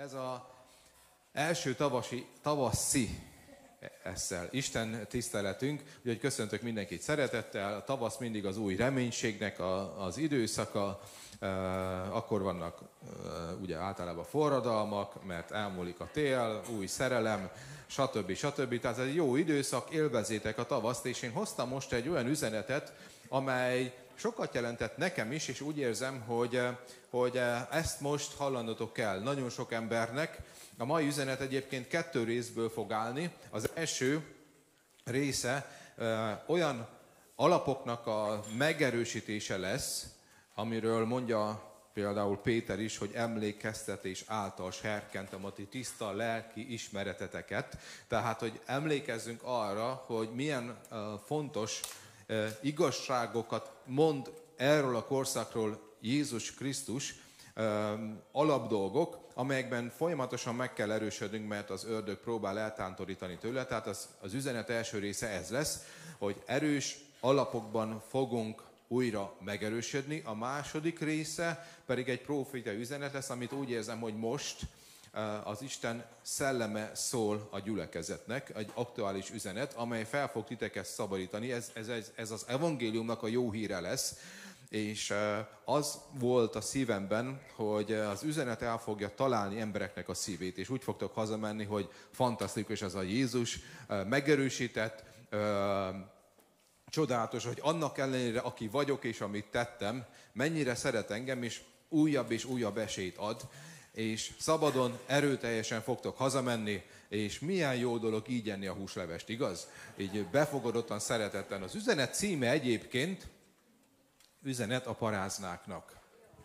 Ez az első tavaszi Isten tiszteletünk, úgyhogy köszöntök mindenkit szeretettel. A tavasz mindig az új reménységnek az időszaka, akkor vannak ugye általában forradalmak, mert elmúlik a tél, új szerelem, stb. Tehát ez egy jó időszak, élvezzétek a tavaszt, és én hoztam most egy olyan üzenetet, amely sokat jelentett nekem is, és úgy érzem, hogy ezt most hallanotok kell nagyon sok embernek. A mai üzenet egyébként 2 részből fog állni. Az első része olyan alapoknak a megerősítése lesz, amiről mondja például Péter is, hogy emlékeztetés által serkentem a ti tiszta lelki ismereteteket. Tehát, hogy emlékezzünk arra, hogy milyen fontos igazságokat mond erről a korszakról Jézus Krisztus, alapdolgok, amelyekben folyamatosan meg kell erősödnünk, mert az ördög próbál eltántorítani tőle. Tehát az üzenet első része ez lesz, hogy erős alapokban fogunk újra megerősödni. A második része pedig egy próféta üzenet lesz, amit úgy érzem, hogy most az Isten szelleme szól a gyülekezetnek, egy aktuális üzenet, amely fel fog titeket szabadítani. Ez az evangéliumnak a jó híre lesz, és az volt a szívemben, hogy az üzenet el fogja találni embereknek a szívét, és úgy fogtok hazamenni, hogy fantasztikus ez a Jézus, megerősített, csodálatos, hogy annak ellenére, aki vagyok és amit tettem, mennyire szeret engem, és újabb esélyt ad, és szabadon, erőteljesen fogtok hazamenni, és milyen jó dolog így enni a húslevest, igaz? Így befogadottan, szeretetlen. Az üzenet címe egyébként üzenet a paráznáknak.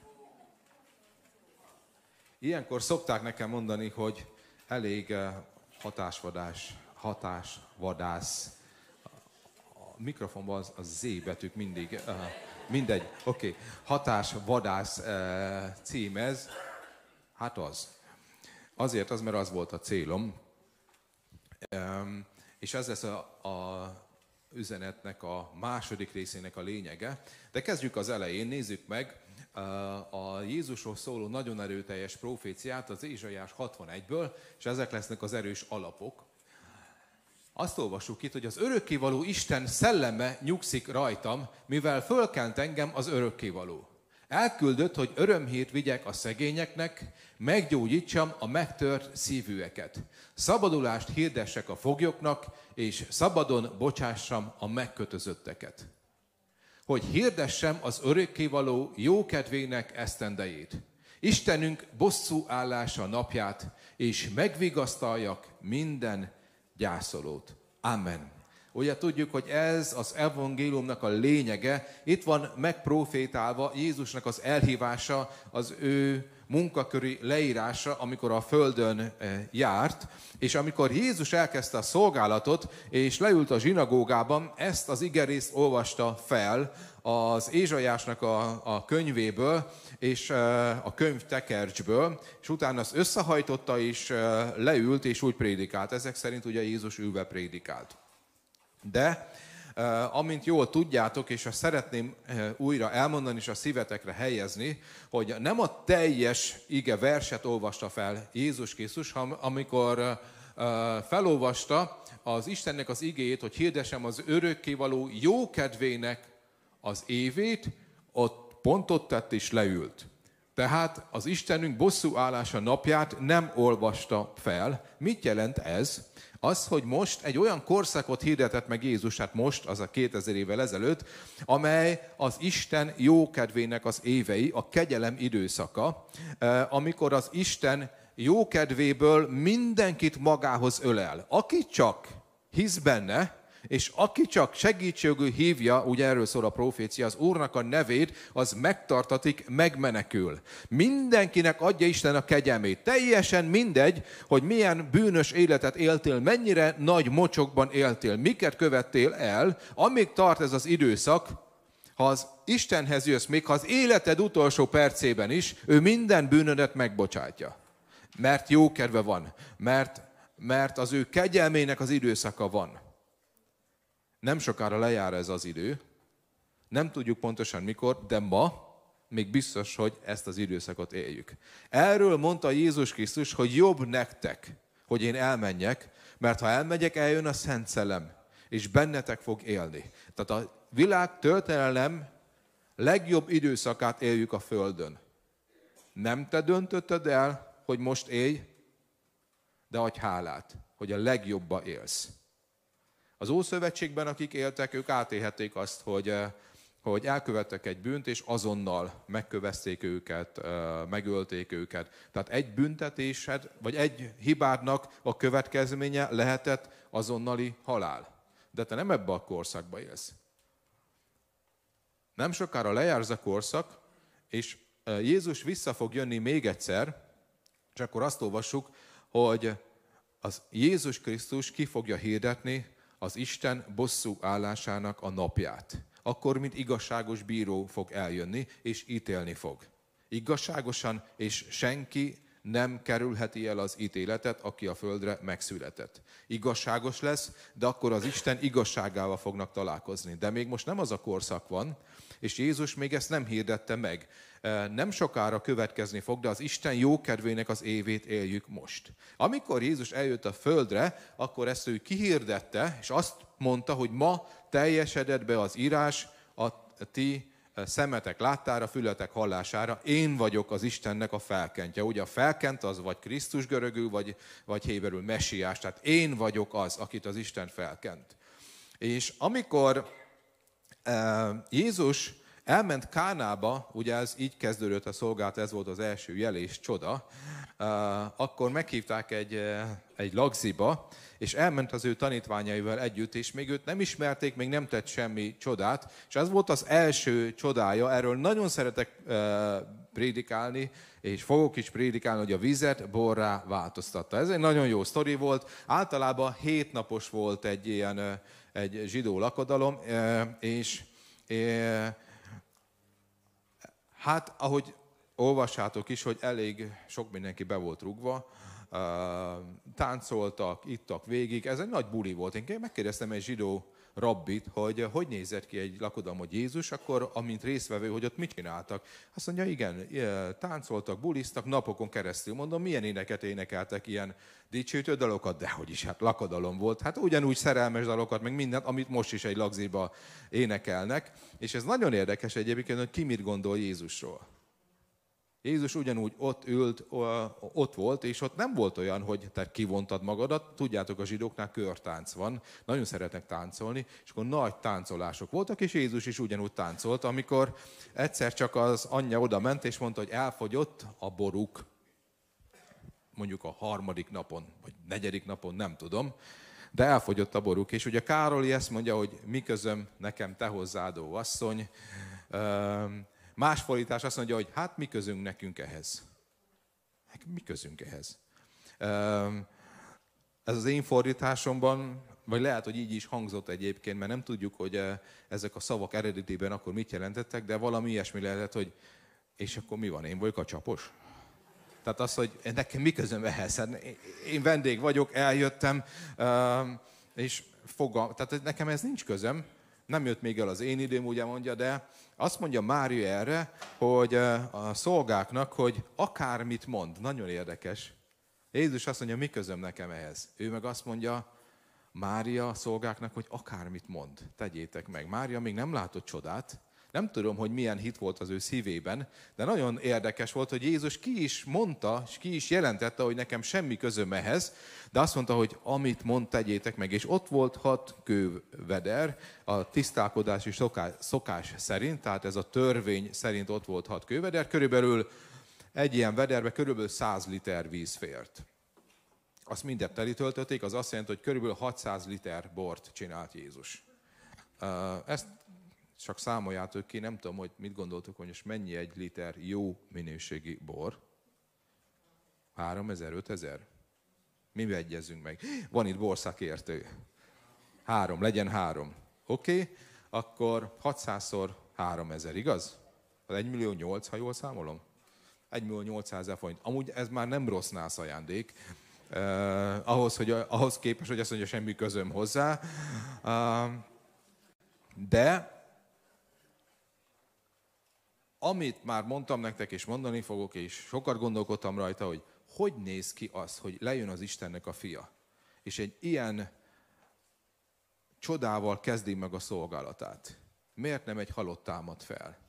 Ilyenkor szokták nekem mondani, hogy elég hatásvadász. A mikrofonban a Z betűk mindig, mindegy, oké. Hatásvadász cím ez. Hát az. Azért az, mert az volt a célom. És ez lesz a üzenetnek a második részének a lényege. De kezdjük az elején, nézzük meg a Jézusról szóló nagyon erőteljes proféciát az Ézsaiás 61-ből, és ezek lesznek az erős alapok. Azt olvassuk itt, hogy az örökkévaló Isten szelleme nyugszik rajtam, mivel fölkent engem az örökkévaló. Elküldött, hogy örömhírt vigyek a szegényeknek, meggyógyítsam a megtört szívűeket. Szabadulást hirdessek a foglyoknak, és szabadon bocsássam a megkötözötteket. Hogy hirdessem az örökkévaló jókedvének esztendejét. Istenünk bosszú állása napját, és megvigasztaljak minden gyászolót. Amen. Ugye tudjuk, hogy ez az evangéliumnak a lényege, itt van megprofétálva Jézusnak az elhívása, az ő munkaköri leírása, amikor a földön járt, és amikor Jézus elkezdte a szolgálatot, és leült a zsinagógában, ezt az igerészt olvasta fel az Ézsaiásnak a könyvéből, és a könyvtekercsből, és utána azt összehajtotta, és leült, és úgy prédikált. Ezek szerint ugye Jézus ülve prédikált. De, amint jól tudjátok, és azt szeretném újra elmondani és a szívetekre helyezni, hogy nem a teljes ige verset olvasta fel Jézus Krisztus, amikor felolvasta az Istennek az igéjét, hogy hirdessem az örökkévaló jókedvének az évét, ott pontot tett és leült. Tehát az Istenünk bosszú állása napját nem olvasta fel. Mit jelent ez? Az, hogy most egy olyan korszakot hirdetett meg Jézus, hát most, az a 2000 évvel ezelőtt, amely az Isten jókedvének az évei, a kegyelem időszaka, amikor az Isten jókedvéből mindenkit magához ölel. Aki csak hisz benne, és aki csak segítségül hívja, ugye erről szól a profécia, az Úrnak a nevét, az megtartatik, megmenekül. Mindenkinek adja Isten a kegyelmét. Teljesen mindegy, hogy milyen bűnös életet éltél, mennyire nagy mocsokban éltél, miket követtél el, amíg tart ez az időszak, ha az Istenhez jössz, még ha az életed utolsó percében is, ő minden bűnödet megbocsátja. Mert jó kedve van, mert az ő kegyelmének az időszaka van. Nem sokára lejár ez az idő, nem tudjuk pontosan mikor, de ma még biztos, hogy ezt az időszakot éljük. Erről mondta Jézus Krisztus, hogy jobb nektek, hogy én elmenjek, mert ha elmegyek, eljön a Szent Szellem, és bennetek fog élni. Tehát a világ történelem legjobb időszakát éljük a Földön. Nem te döntötted el, hogy most élj, de adj hálát, hogy a legjobba élsz. Az Ószövetségben, akik éltek, ők átélhették azt, hogy elkövettek egy bűnt, és azonnal megkövezték őket, megölték őket. Tehát egy büntetésed, vagy egy hibádnak a következménye lehetett azonnali halál. De te nem ebbe a korszakba élsz. Nem sokára lejár ez a korszak, és Jézus vissza fog jönni még egyszer, és akkor azt olvassuk, hogy az Jézus Krisztus ki fogja hirdetni az Isten bosszú állásának a napját. Akkor, mint igazságos bíró fog eljönni, és ítélni fog. Igazságosan, és senki nem kerülheti el az ítéletet, aki a földre megszületett. Igazságos lesz, de akkor az Isten igazságával fognak találkozni. De még most nem az a korszak van, és Jézus még ezt nem hirdette meg. Nem sokára következni fog, de az Isten jókedvének az évét éljük most. Amikor Jézus eljött a földre, akkor ezt ő kihirdette, és azt mondta, hogy ma teljesedett be az írás a ti szemetek láttára, fületek hallására. Én vagyok az Istennek a felkentje. Ugye a felkent az vagy Krisztus görögül, vagy héberül messiás. Tehát én vagyok az, akit az Isten felkent. És amikor Jézus elment Kánába, ugye ez így kezdődött a szolgálat, ez volt az első jel és csoda, akkor meghívták egy lagziba, és elment az ő tanítványaival együtt, és még őt nem ismerték, még nem tett semmi csodát, és ez volt az első csodája, erről nagyon szeretek prédikálni, és fogok is prédikálni, hogy a vizet borrá változtatta. Ez egy nagyon jó sztori volt, általában 7 napos volt egy zsidó lakodalom, és hát ahogy olvassátok is, hogy elég sok mindenki be volt rúgva, táncoltak, ittak végig, ez egy nagy buli volt. Én megkérdeztem egy zsidó rabbit, hogy nézett ki egy lakodalom, hogy Jézus, akkor amint résztvevő, hogy ott mit csináltak. Azt mondja, igen, táncoltak, buliztak napokon keresztül. Mondom, milyen éneket énekeltek, ilyen dicsőítő dalokat? Dehogy is, hát lakodalom volt. Hát ugyanúgy szerelmes dalokat, meg mindent, amit most is egy lagziba énekelnek. És ez nagyon érdekes egyébként, hogy ki mit gondol Jézusról. Jézus ugyanúgy ott ült, ott volt, és ott nem volt olyan, hogy te kivontad magadat. Tudjátok, a zsidóknál körtánc van, nagyon szeretnek táncolni, és akkor nagy táncolások voltak, és Jézus is ugyanúgy táncolt, amikor egyszer csak az anyja oda ment, és mondta, hogy elfogyott a boruk, mondjuk a 3. napon, vagy 4. napon, nem tudom, de elfogyott a boruk. És ugye Károli ezt mondja, hogy mi közöm nekem te hozzádó asszony. Más fordítás azt mondja, hogy hát mi közünk nekünk ehhez. Mi közünk ehhez? Ez az én fordításomban, vagy lehet, hogy így is hangzott egyébként, mert nem tudjuk, hogy ezek a szavak eredetében akkor mit jelentettek, de valami ilyesmi lehetett, hogy és akkor mi van, én vagyok a csapos? Tehát az, hogy nekem mi közöm ehhez? Hát én vendég vagyok, eljöttem, és tehát nekem ez nincs közöm. Nem jött még el az én időm, ugye mondja, de azt mondja Mária erre, hogy a szolgáknak, hogy akármit mond, nagyon érdekes. Jézus azt mondja, mi közöm nekem ehhez? Ő meg azt mondja, Mária a szolgáknak, hogy akármit mond, tegyétek meg. Mária még nem látott csodát, nem tudom, hogy milyen hit volt az ő szívében, de nagyon érdekes volt, hogy Jézus ki is mondta, és ki is jelentette, hogy nekem semmi közöm ehhez, de azt mondta, hogy amit mond, tegyétek meg. És ott volt 6 kőveder, a tisztálkodási szokás szerint, tehát ez a törvény szerint ott volt 6 kőveder, körülbelül egy ilyen vederbe körülbelül 100 liter víz fért. Azt mindet telítöltötték, az azt jelenti, hogy körülbelül 600 liter bort csinált Jézus. Ezt csak számoljátok ki, nem tudom, hogy mit gondoltok, hogy most mennyi egy liter jó minőségi bor? 3000, 5000? Mi egyezünk meg? Van itt borszakértő. 3, legyen 3. Oké? Akkor 600-szor 3000, igaz? Az 1.800.000, ha jól számolom? 1.800.000 forint. Amúgy ez már nem rossz nász ajándék. Ahhoz képest, hogy azt mondja, semmi közöm hozzá. De amit már mondtam nektek, és mondani fogok, és sokat gondolkodtam rajta, hogy néz ki az, hogy lejön az Istennek a fia. És egy ilyen csodával kezdi meg a szolgálatát. Miért nem egy halott támad fel?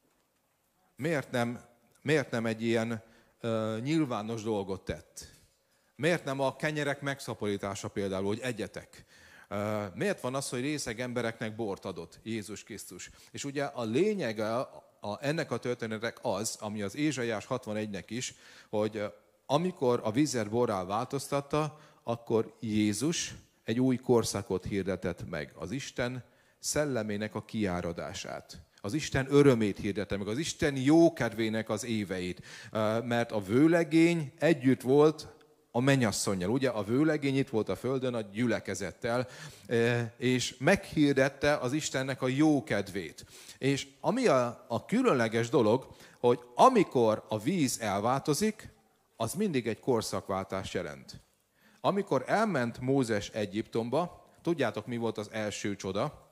Miért nem egy ilyen nyilvános dolgot tett? Miért nem a kenyerek megszaporítása például, hogy egyetek? Miért van az, hogy részeg embereknek bort adott Jézus Krisztus? És ugye a lényege ennek a történetnek az, ami az Ézsaiás 61-nek is, hogy amikor a vizet borrá változtatta, akkor Jézus egy új korszakot hirdetett meg. Az Isten szellemének a kiáradását. Az Isten örömét hirdette meg, az Isten jókedvének az éveit. Mert a vőlegény együtt volt a mennyasszonnyal. Ugye a vőlegény itt volt a földön a gyülekezettel, és meghirdette az Istennek a jókedvét. És ami a különleges dolog, hogy amikor a víz elváltozik, az mindig egy korszakváltást jelent. Amikor elment Mózes Egyiptomba, tudjátok, mi volt az első csoda?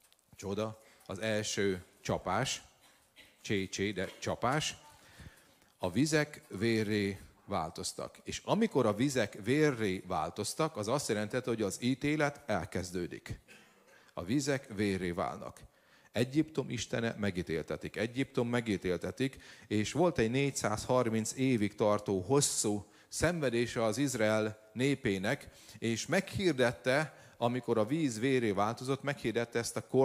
Az első csapás, de csapás. A vizek vérré változtak. És amikor a vizek vérré változtak, az azt jelentette, hogy az ítélet elkezdődik. A vizek vérré válnak. Egyiptom istene megítéltetik. Egyiptom megítéltetik, és volt egy 430 évig tartó hosszú szenvedése az Izrael népének, és meghirdette, amikor a víz vérré változott, meghirdette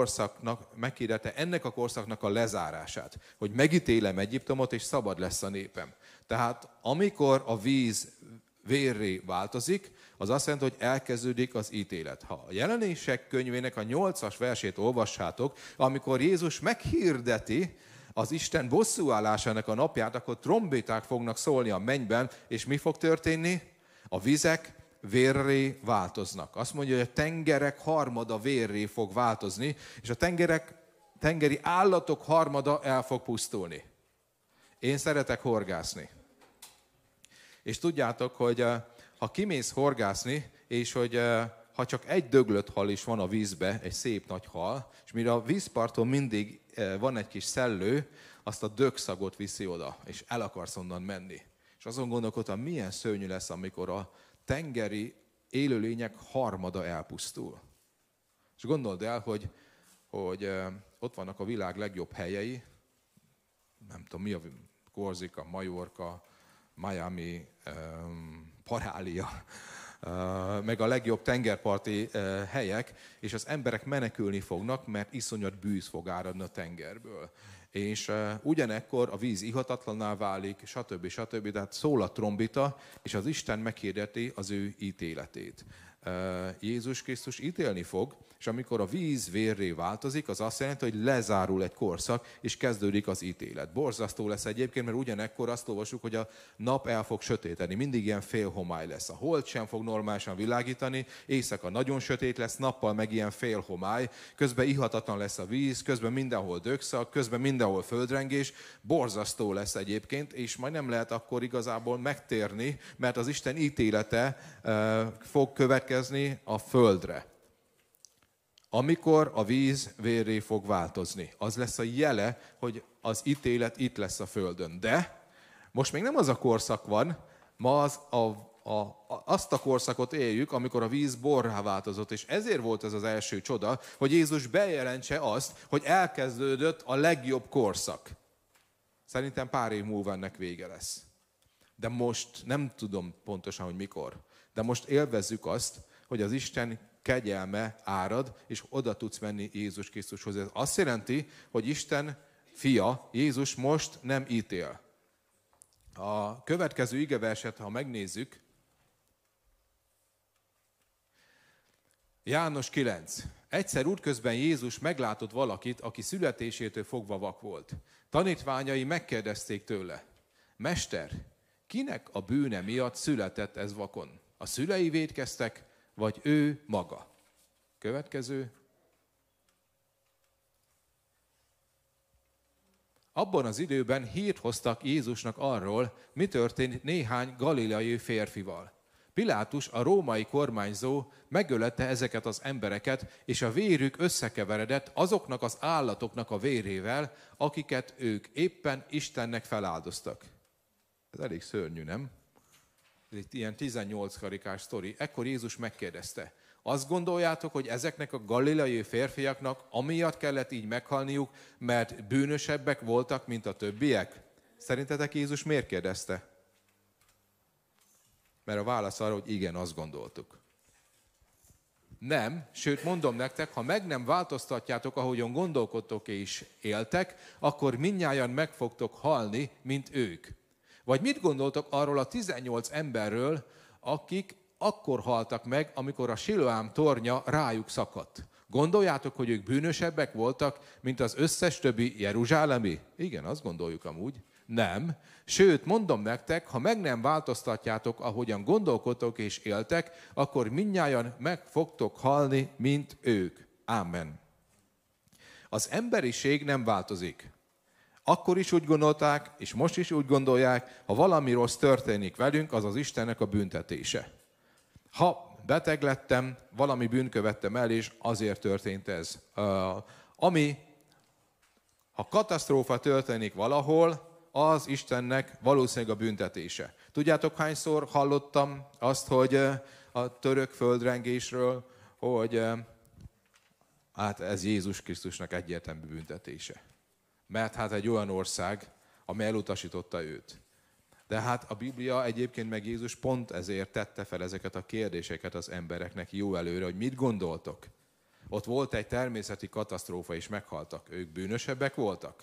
ennek a korszaknak a lezárását, hogy megítélem Egyiptomot, és szabad lesz a népem. Tehát amikor a víz vérré változik, az azt jelenti, hogy elkezdődik az ítélet. Ha a Jelenések könyvének a 8-as versét olvassátok, amikor Jézus meghirdeti az Isten bosszúállásának a napját, akkor trombéták fognak szólni a mennyben, és mi fog történni? A vizek vérré változnak. Azt mondja, hogy a tengerek harmada vérré fog változni, és a tengeri állatok harmada el fog pusztulni. Én szeretek horgászni. És tudjátok, hogy ha kimész horgászni, és hogy ha csak egy döglött hal is van a vízbe, egy szép nagy hal, és mire a vízparton mindig van egy kis szellő, azt a dögszagot viszi oda, és el akarsz onnan menni. És azon gondolkodtam, milyen szörnyű lesz, amikor a tengeri élőlények harmada elpusztul. És gondold el, hogy ott vannak a világ legjobb helyei, nem tudom mi a Korzika, Majorka, Miami, Parália, meg a legjobb tengerparti helyek, és az emberek menekülni fognak, mert iszonyat bűz fog áradni a tengerből. És ugyanekkor a víz ihatatlanná válik, stb. Tehát szól a trombita, és az Isten meghirdeti az ő ítéletét. Jézus Krisztus ítélni fog, és amikor a víz vérré változik, az azt jelenti, hogy lezárul egy korszak, és kezdődik az ítélet. Borzasztó lesz egyébként, mert ugyanekkor azt olvasjuk, hogy a nap el fog sötétedni, mindig ilyen félhomály lesz. A hold sem fog normálisan világítani, éjszaka nagyon sötét lesz, nappal meg ilyen félhomály, közben ihatatlan lesz a víz, közben mindenhol dögszak, közben mindenhol földrengés, borzasztó lesz egyébként, és majd nem lehet akkor igazából megtérni, mert az Isten ítélete fog következni a földre. Amikor a víz vérré fog változni, az lesz a jele, hogy az ítélet itt lesz a földön. De most még nem az a korszak van, ma azt a korszakot éljük, amikor a víz borrá változott, és ezért volt ez az első csoda, hogy Jézus bejelentse azt, hogy elkezdődött a legjobb korszak. Szerintem pár év múlva ennek vége lesz. De most nem tudom pontosan, hogy mikor. De most élvezzük azt, hogy az Isten kegyelme árad, és oda tudsz menni Jézus Krisztushoz. Ez azt jelenti, hogy Isten fia, Jézus most nem ítél. A következő igeverset, ha megnézzük, János 9. Egyszer útközben Jézus meglátott valakit, aki születésétől fogva vak volt. Tanítványai megkérdezték tőle: Mester, kinek a bűne miatt született ez vakon? A szülei vétkeztek, vagy ő maga? Következő. Abban az időben hírt hoztak Jézusnak arról, mi történt néhány galileai férfival. Pilátus, a római kormányzó megölte ezeket az embereket, és a vérük összekeveredett azoknak az állatoknak a vérével, akiket ők éppen Istennek feláldoztak. Ez elég szörnyű, nem? Ez egy ilyen 18 karikás sztori. Ekkor Jézus megkérdezte, azt gondoljátok, hogy ezeknek a galileai férfiaknak amiatt kellett így meghalniuk, mert bűnösebbek voltak, mint a többiek? Szerintetek Jézus miért kérdezte? Mert a válasz arra, hogy igen, azt gondoltuk. Nem, sőt mondom nektek, ha meg nem változtatjátok, ahogyan gondolkodtok és éltek, akkor mindnyájan meg fogtok halni, mint ők. Vagy mit gondoltok arról a 18 emberről, akik akkor haltak meg, amikor a Siloám tornya rájuk szakadt? Gondoljátok, hogy ők bűnösebbek voltak, mint az összes többi jeruzsálemi? Igen, azt gondoljuk amúgy. Nem. Sőt, mondom nektek, ha meg nem változtatjátok, ahogyan gondolkodtok és éltek, akkor mindnyájan meg fogtok halni, mint ők. Ámen. Az emberiség nem változik. Akkor is úgy gondolták, és most is úgy gondolják, ha valami rossz történik velünk, az az Istennek a büntetése. Ha beteg lettem, valami bűnt követtem el, és azért történt ez. Ha katasztrófa történik valahol, az Istennek valószínűleg a büntetése. Tudjátok, hányszor hallottam azt, hogy a török földrengésről, hogy hát ez Jézus Krisztusnak egyértelmű büntetése. Mert hát egy olyan ország, amely elutasította őt. De hát a Biblia egyébként meg Jézus pont ezért tette fel ezeket a kérdéseket az embereknek jó előre, hogy mit gondoltok. Ott volt egy természeti katasztrófa, és meghaltak. Ők bűnösebbek voltak?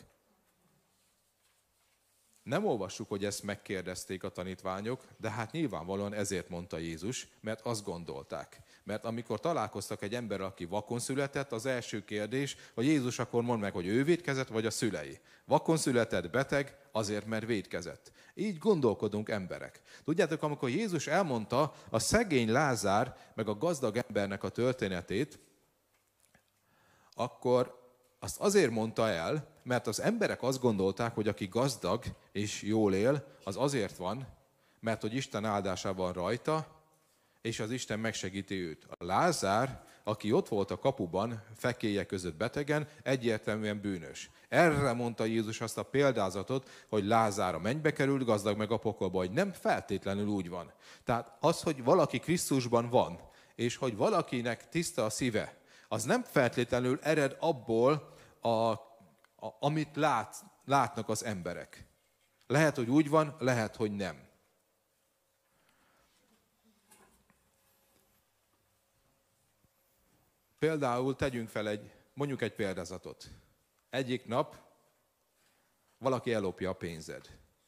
Nem olvassuk, hogy ezt megkérdezték a tanítványok, de hát nyilvánvalóan ezért mondta Jézus, mert azt gondolták. Mert amikor találkoztak egy emberrel, aki vakon született, az első kérdés, hogy Jézus akkor mondd meg, hogy ő vétkezett, vagy a szülei. Vakon született, beteg, azért, mert vétkezett. Így gondolkodunk emberek. Tudjátok, amikor Jézus elmondta a szegény Lázár, meg a gazdag embernek a történetét, akkor azt azért mondta el, mert az emberek azt gondolták, hogy aki gazdag és jól él, az azért van, mert hogy Isten áldása van rajta, és az Isten megsegíti őt. A Lázár, aki ott volt a kapuban, fekélyek között betegen, egyértelműen bűnös. Erre mondta Jézus azt a példázatot, hogy Lázár a mennybe került, gazdag meg a pokolba, hogy nem feltétlenül úgy van. Tehát az, hogy valaki Krisztusban van, és hogy valakinek tiszta a szíve, az nem feltétlenül ered abból, amit látnak az emberek. Lehet, hogy úgy van, lehet, hogy nem. Például tegyünk fel mondjuk egy példázatot. Egyik nap valaki ellopja a pénzed.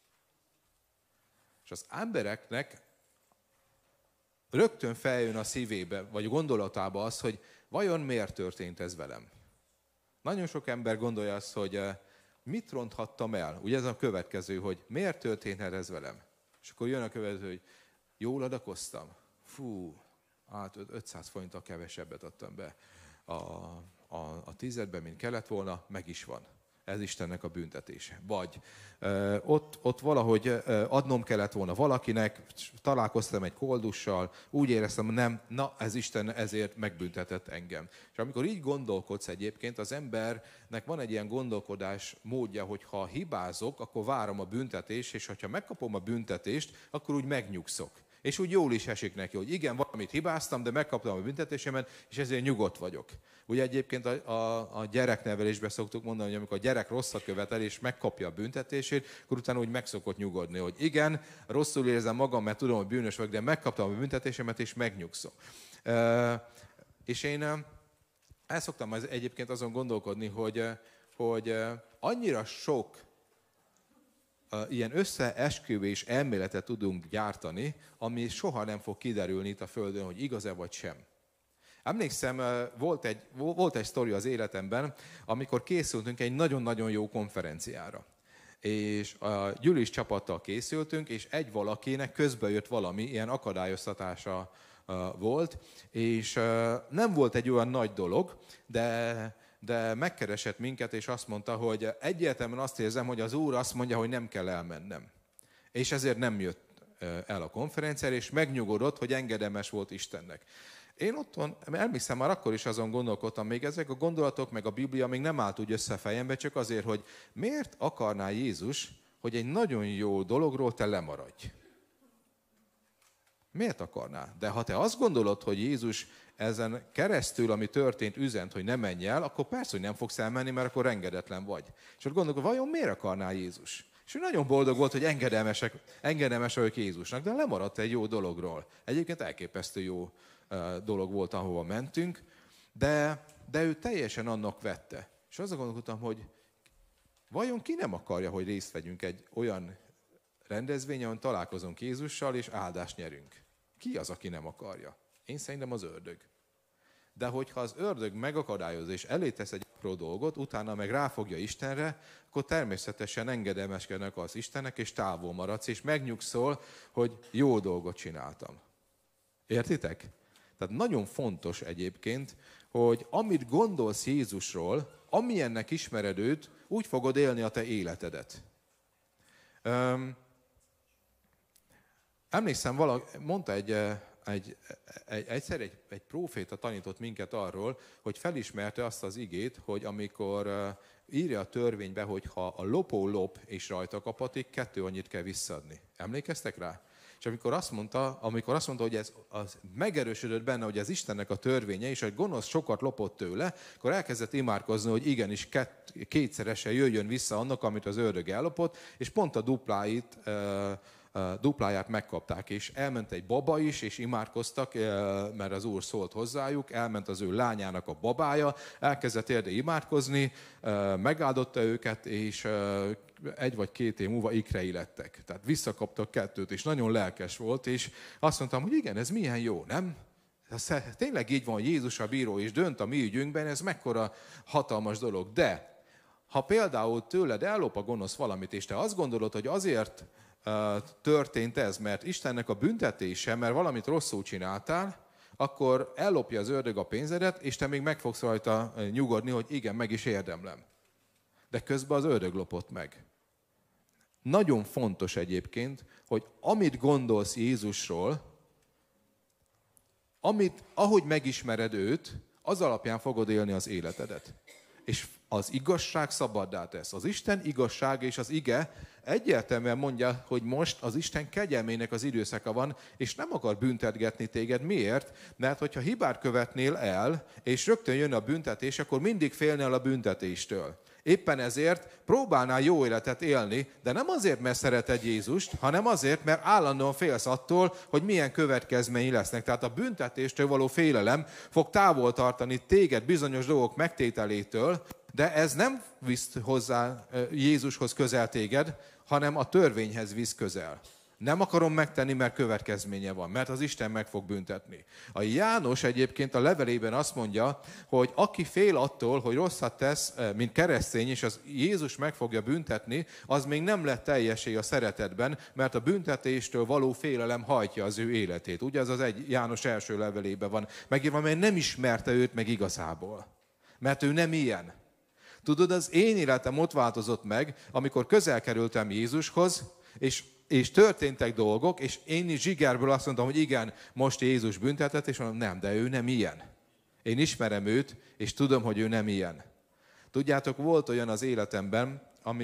És az embereknek rögtön feljön a szívébe, vagy gondolatába az, hogy vajon miért történt ez velem. Nagyon sok ember gondolja azt, hogy mit ronthattam el. Ugye ez a következő, hogy miért történhet ez velem. És akkor jön a következő, hogy jól adakoztam. Fú, hát 500 forinttal kevesebbet adtam be a tizedben, mint kellett volna, meg is van. Ez Istennek a büntetése. Vagy ott valahogy adnom kellett volna valakinek, találkoztam egy koldussal, úgy éreztem, nem, na ez Isten ezért megbüntetett engem. És amikor így gondolkodsz egyébként, az embernek van egy ilyen gondolkodás módja, hogy ha hibázok, akkor várom a büntetést, és ha megkapom a büntetést, akkor úgy megnyugszok. És úgy jól is esik neki, hogy igen, valamit hibáztam, de megkaptam a büntetésemet, és ezért nyugodt vagyok. Ugye egyébként a gyereknevelésben szoktuk mondani, hogy amikor a gyerek rosszat követel, és megkapja a büntetését, akkor utána úgy meg szokott nyugodni, hogy igen, rosszul érzem magam, mert tudom, hogy bűnös vagyok, de megkaptam a büntetésemet, és megnyugszom. És én el szoktam egyébként azon gondolkodni, hogy annyira sok ilyen összeesküvés elméletet tudunk gyártani, ami soha nem fog kiderülni itt a Földön, hogy igaz-e vagy sem. Emlékszem, volt egy sztori az életemben, amikor készültünk egy nagyon-nagyon jó konferenciára. És a gyűlés csapattal készültünk, és egy valakinek közbe jött valami, ilyen akadályoztatása volt, és nem volt egy olyan nagy dolog, de megkeresett minket, és azt mondta, hogy egyértelműen azt érzem, hogy az Úr azt mondja, hogy nem kell elmennem. És ezért nem jött el a konferenciára, és megnyugodott, hogy engedelmes volt Istennek. Én otthon, emlékszem, már akkor is azon gondolkodtam, még ezek a gondolatok, meg a Biblia még nem állt úgy össze a fejembe, csak azért, hogy miért akarná Jézus, hogy egy nagyon jó dologról te lemaradj? Miért akarná? De ha te azt gondolod, hogy Jézus ezen keresztül, ami történt, üzent, hogy ne menj el, akkor persze, hogy nem fogsz elmenni, mert akkor engedetlen vagy. És ott gondolok, vajon miért akarná Jézus? És ő nagyon boldog volt, hogy engedelmes vagyok Jézusnak, de lemaradt egy jó dologról. Egyébként elképesztő jó dolog volt, ahova mentünk, de ő teljesen annak vette. És azon gondolkodtam, hogy vajon ki nem akarja, hogy részt vegyünk egy olyan rendezvényen, ahol találkozunk Jézussal, és áldást nyerünk. Ki az, aki nem akarja? Én szerintem az ördög. De hogyha az ördög megakadályoz és elé tesz egy apró dolgot, utána meg ráfogja Istenre, akkor természetesen engedelmeskednek az Istennek, és távol maradsz, és megnyugszol, hogy jó dolgot csináltam. Értitek? Tehát nagyon fontos egyébként, hogy amit gondolsz Jézusról, amilyennek ismered őt, úgy fogod élni a te életedet. Emlékszem, mondta egyszer egy próféta tanított minket arról, hogy felismerte azt az igét, hogy amikor írja a törvénybe, hogy ha a lopó lop és rajta kapatik, 2 annyit kell visszaadni. Emlékeztek rá? És amikor azt mondta, hogy ez az megerősödött benne, hogy ez Istennek a törvénye, és a gonosz sokat lopott tőle, akkor elkezdett imádkozni, hogy igenis kétszeresen jöjjön vissza annak, amit az ördög ellopott, és pont a dupláját megkapták, és elment egy baba is, és imádkoztak, mert az Úr szólt hozzájuk, elment az ő lányának a babája, elkezdett érde imádkozni, megáldotta őket, és 1 vagy 2 év múlva ikrei lettek. Tehát visszakaptak 2, és nagyon lelkes volt, és azt mondtam, hogy igen, ez milyen jó, nem? Tényleg így van, Jézus a bíró, és dönt a mi ügyünkben, ez mekkora hatalmas dolog. De ha például tőled ellop a gonosz valamit, és te azt gondolod, hogy azért történt ez, mert Istennek a büntetése, mert valamit rosszul csináltál, akkor ellopja az ördög a pénzedet, és te még meg fogsz rajta nyugodni, hogy igen, meg is érdemlem. De közben az ördög lopott meg. Nagyon fontos egyébként, hogy amit gondolsz Jézusról, ahogy megismered őt, az alapján fogod élni az életedet. És az igazság szabaddá tesz. Az Isten igazság és az ige egyértelműen mondja, hogy most az Isten kegyelmének az időszaka van, és nem akar büntetgetni téged. Miért? Mert hogyha hibát követnél el, és rögtön jön a büntetés, akkor mindig félnél a büntetéstől. Éppen ezért próbálnál jó életet élni, de nem azért, mert szereted Jézust, hanem azért, mert állandóan félsz attól, hogy milyen következményei lesznek. Tehát a büntetéstől való félelem fog távol tartani téged bizonyos dolgok megtételétől, de ez nem visz hozzá Jézushoz közel téged, hanem a törvényhez visz közel. Nem akarom megtenni, mert következménye van, mert az Isten meg fog büntetni. A János egyébként a levelében azt mondja, hogy aki fél attól, hogy rosszat tesz, mint keresztény, és az Jézus meg fogja büntetni, az még nem lett teljesé a szeretetben, mert a büntetéstől való félelem hajtja az ő életét. Ugye ez az egy János első levelében van megírva, mert nem ismerte őt meg igazából. Mert ő nem ilyen. Tudod, az én életem ott változott meg, amikor közel kerültem Jézushoz, és történtek dolgok, és én is zsigerből azt mondtam, hogy igen, most Jézus büntetett, és mondom, nem, de ő nem ilyen. Én ismerem őt, és tudom, hogy ő nem ilyen. Tudjátok, volt olyan az életemben,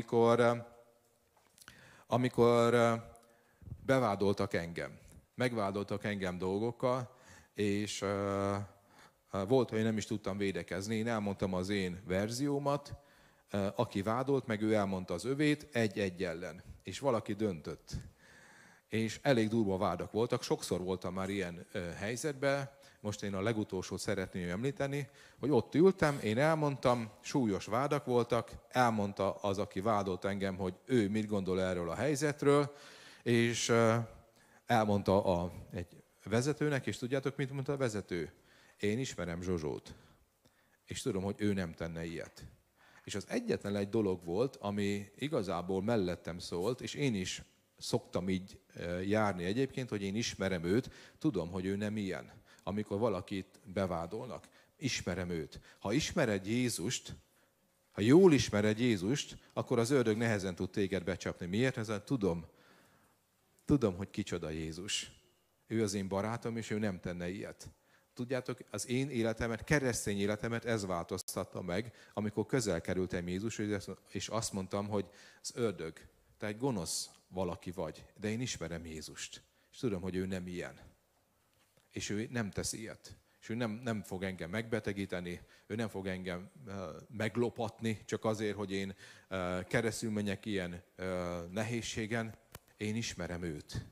amikor bevádoltak engem. Megvádoltak engem dolgokkal, és volt, hogy nem is tudtam védekezni. Én elmondtam az én verziómat, aki vádolt, meg ő elmondta az övét, 1-1 ellen. És valaki döntött. És elég durva vádak voltak. Sokszor voltam már ilyen helyzetben. Most én a legutolsót szeretném említeni, hogy ott ültem, én elmondtam, súlyos vádak voltak, elmondta az, aki vádolt engem, hogy ő mit gondol erről a helyzetről, és elmondta egy vezetőnek, és tudjátok, mit mondta a vezető? Én ismerem Zsozsót, és tudom, hogy ő nem tenne ilyet. És az egyetlen egy dolog volt, ami igazából mellettem szólt, és én is szoktam így járni egyébként, hogy én ismerem őt, tudom, hogy ő nem ilyen. Amikor valakit bevádolnak, ismerem őt. Ha ismered Jézust, ha jól ismered Jézust, akkor az ördög nehezen tud téged becsapni. Miért? Tudom. tudom, hogy kicsoda Jézus. Ő az én barátom, és ő nem tenne ilyet. Tudjátok, az én életemet, keresztény életemet ez változtatta meg, amikor közel kerültem Jézushoz, és azt mondtam, hogy az ördög, te egy gonosz valaki vagy, de én ismerem Jézust. És tudom, hogy ő nem ilyen. És ő nem tesz ilyet. És ő nem fog engem megbetegíteni, ő nem fog engem meglopatni, csak azért, hogy én keresztül menjek ilyen nehézségen. Én ismerem őt.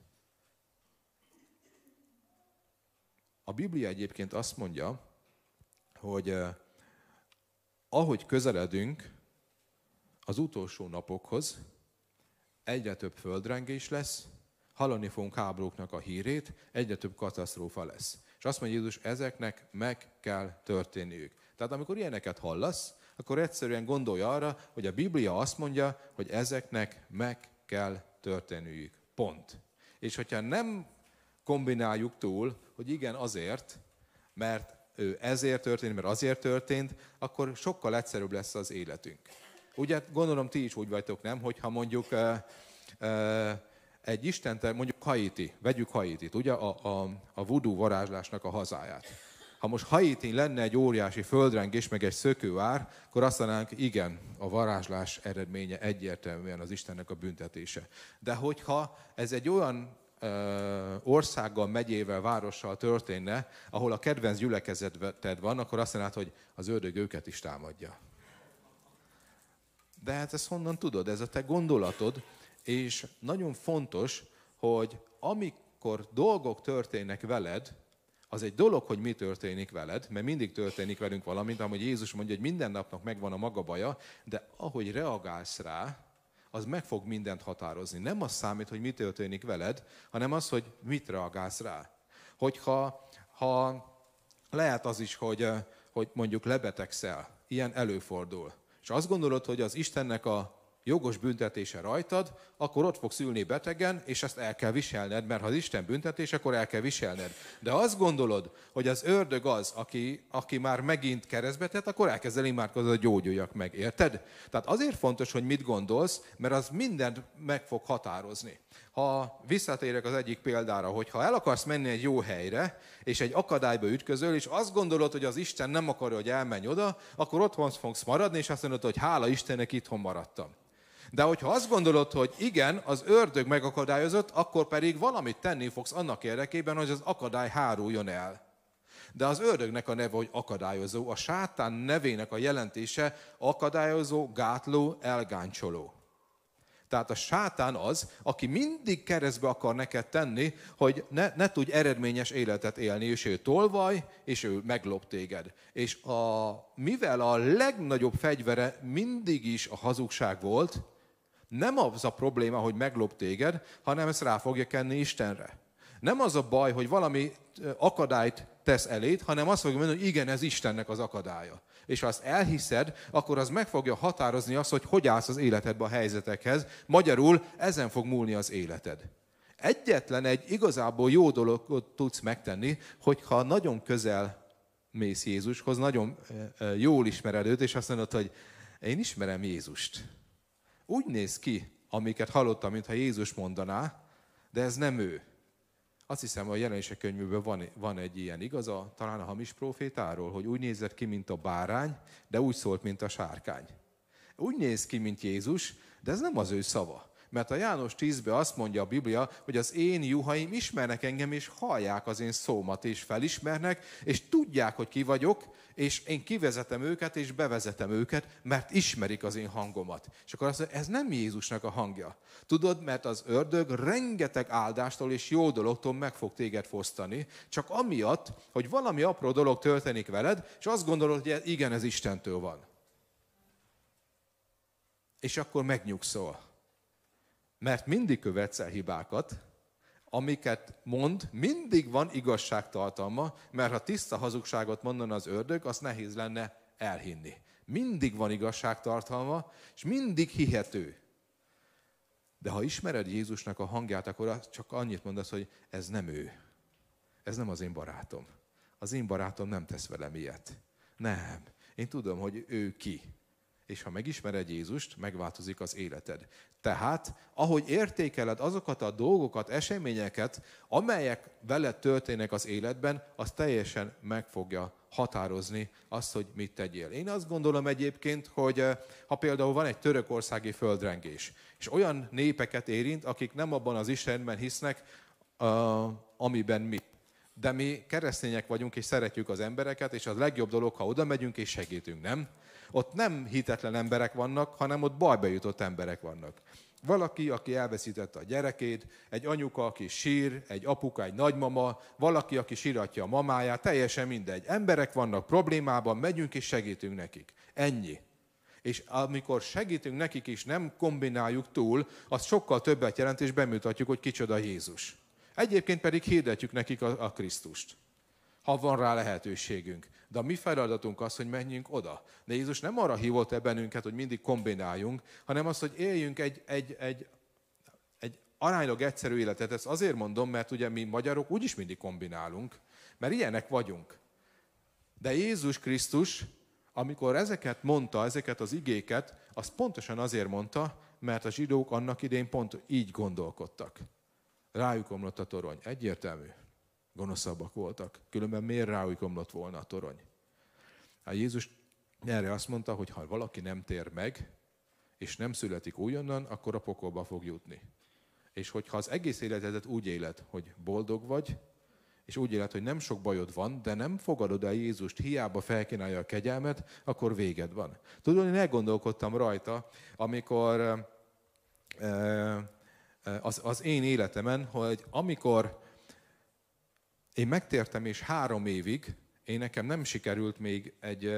A Biblia egyébként azt mondja, hogy ahogy közeledünk az utolsó napokhoz, egyre több földrengés lesz, hallani fogunk háborúknak a hírét, egyre több katasztrófa lesz. És azt mondja Jézus, ezeknek meg kell történniük. Tehát amikor ilyeneket hallasz, akkor egyszerűen gondolj arra, hogy a Biblia azt mondja, hogy ezeknek meg kell történniük. Pont. És hogyha nem kombináljuk túl, hogy igen azért, mert ő ezért történt, mert azért történt, akkor sokkal egyszerűbb lesz az életünk. Ugye gondolom ti is úgy vagytok, nem? Hogyha mondjuk egy istente, mondjuk Haiti, vegyük Haitit, ugye a voodoo varázslásnak a hazáját. Ha most Haitin lenne egy óriási földrengés, meg egy szökőár, akkor azt mondanánk, igen, a varázslás eredménye egyértelműen az Istennek a büntetése. De hogyha ez egy olyan országgal, megyével, várossal történne, ahol a kedvenc gyülekezeted van, akkor azt mondod, hogy az ördög őket is támadja. De hát ezt honnan tudod? Ez a te gondolatod, és nagyon fontos, hogy amikor dolgok történnek veled, az egy dolog, hogy mi történik veled, mert mindig történik velünk valamint, ahogy Jézus mondja, hogy minden napnak megvan a maga baja, de ahogy reagálsz rá, az meg fog mindent határozni. Nem az számít, hogy mi történik veled, hanem az, hogy mit reagálsz rá. Hogyha lehet az is, hogy mondjuk lebetegszel, ilyen előfordul, és azt gondolod, hogy az Istennek a jogos büntetése rajtad, akkor ott fogsz ülni betegen, és ezt el kell viselned, mert ha az Isten büntetés, akkor el kell viselned. De azt gondolod, hogy az ördög az, aki már megint keresztbe tett, akkor elkezd el imádkozni, hogy gyógyuljak meg, érted? Tehát azért fontos, hogy mit gondolsz, mert az mindent meg fog határozni. Ha visszatérek az egyik példára, hogy ha el akarsz menni egy jó helyre, és egy akadályba ütközöl, és azt gondolod, hogy az Isten nem akarja, hogy elmenj oda, akkor otthon fogsz maradni, és azt mondod, hogy hála Istennek, itthon maradtam. De hogyha azt gondolod, hogy igen, az ördög megakadályozott, akkor pedig valamit tenni fogsz annak érdekében, hogy az akadály háruljon el. De az ördögnek a neve, hogy akadályozó, a sátán nevének a jelentése akadályozó, gátló, elgáncsoló. Tehát a sátán az, aki mindig keresztbe akar neked tenni, hogy ne tudj eredményes életet élni, és ő tolvaj, és ő meglop téged. És mivel a legnagyobb fegyvere mindig is a hazugság volt, nem az a probléma, hogy meglop téged, hanem ezt rá fogja kenni Istenre. Nem az a baj, hogy valami akadályt tesz eléd, hanem azt fogja mondani, hogy igen, ez Istennek az akadálya. És ha azt elhiszed, akkor az meg fogja határozni azt, hogy állsz az életedbe a helyzetekhez. Magyarul ezen fog múlni az életed. Egyetlen egy igazából jó dologot tudsz megtenni, hogyha nagyon közel mész Jézushoz, nagyon jól ismered őt, és azt mondod, hogy én ismerem Jézust. Úgy néz ki, amiket hallottam, mintha Jézus mondaná, de ez nem ő. Azt hiszem, hogy a Jelenések könyvében van egy ilyen, igaz? Talán a hamis prófétáról, hogy úgy nézett ki, mint a bárány, de úgy szólt, mint a sárkány. Úgy néz ki, mint Jézus, de ez nem az ő szava. Mert a János 10-ben azt mondja a Biblia, hogy az én juhaim ismernek engem, és hallják az én szómat, és felismernek, és tudják, hogy ki vagyok, és én kivezetem őket, és bevezetem őket, mert ismerik az én hangomat. És akkor azt mondja, ez nem Jézusnak a hangja. Tudod, mert az ördög rengeteg áldástól és jó dologtól meg fog téged fosztani, csak amiatt, hogy valami apró dolog történik veled, és azt gondolod, hogy igen, ez Istentől van. És akkor megnyugszol. Mert mindig követsz el hibákat, amiket mond, mindig van igazságtartalma, mert ha tiszta hazugságot mondana az ördög, azt nehéz lenne elhinni. Mindig van igazságtartalma, és mindig hihető. De ha ismered Jézusnak a hangját, akkor csak annyit mondasz, hogy ez nem ő. Ez nem az én barátom. Az én barátom nem tesz velem ilyet. Nem. Én tudom, hogy ő ki. és ha megismered Jézust, megváltozik az életed. Tehát, ahogy értékeled azokat a dolgokat, eseményeket, amelyek veled történnek az életben, az teljesen meg fogja határozni azt, hogy mit tegyél. Én azt gondolom egyébként, hogy ha például van egy törökországi földrengés, és olyan népeket érint, akik nem abban az Istenben hisznek, amiben mi. De mi keresztények vagyunk, és szeretjük az embereket, és az legjobb dolog, ha oda megyünk és segítünk, nem? Ott nem hitetlen emberek vannak, hanem ott bajba jutott emberek vannak. Valaki, aki elveszítette a gyerekét, egy anyuka, aki sír, egy apuka, egy nagymama, valaki, aki síratja a mamáját, teljesen mindegy. Emberek vannak problémában, megyünk és segítünk nekik. Ennyi. És amikor segítünk nekik is, nem kombináljuk túl, az sokkal többet jelent, és bemutatjuk, hogy kicsoda Jézus. Egyébként pedig hirdetjük nekik a Krisztust, ha van rá lehetőségünk. De a mi feladatunk az, hogy menjünk oda. De Jézus nem arra hívott el bennünket, hogy mindig kombináljunk, hanem az, hogy éljünk egy aránylag egyszerű életet. Ezt azért mondom, mert ugye mi magyarok úgyis mindig kombinálunk, mert ilyenek vagyunk. De Jézus Krisztus, amikor ezeket mondta, ezeket az igéket, azt pontosan azért mondta, mert a zsidók annak idején pont így gondolkodtak. Rájuk omlott a torony. Egyértelmű. Gonoszabbak voltak. Különben miért rájuk omlott volna a torony? Hát Jézus erre azt mondta, hogy ha valaki nem tér meg, és nem születik újonnan, akkor a pokolba fog jutni. És hogyha az egész életedet úgy éled, hogy boldog vagy, és úgy éled, hogy nem sok bajod van, de nem fogadod el Jézust, hiába felkínálja a kegyelmet, akkor véged van. Tudod, én elgondolkodtam rajta, amikor az én életemen, hogy amikor én megtértem, és 3 évig, nekem nem sikerült még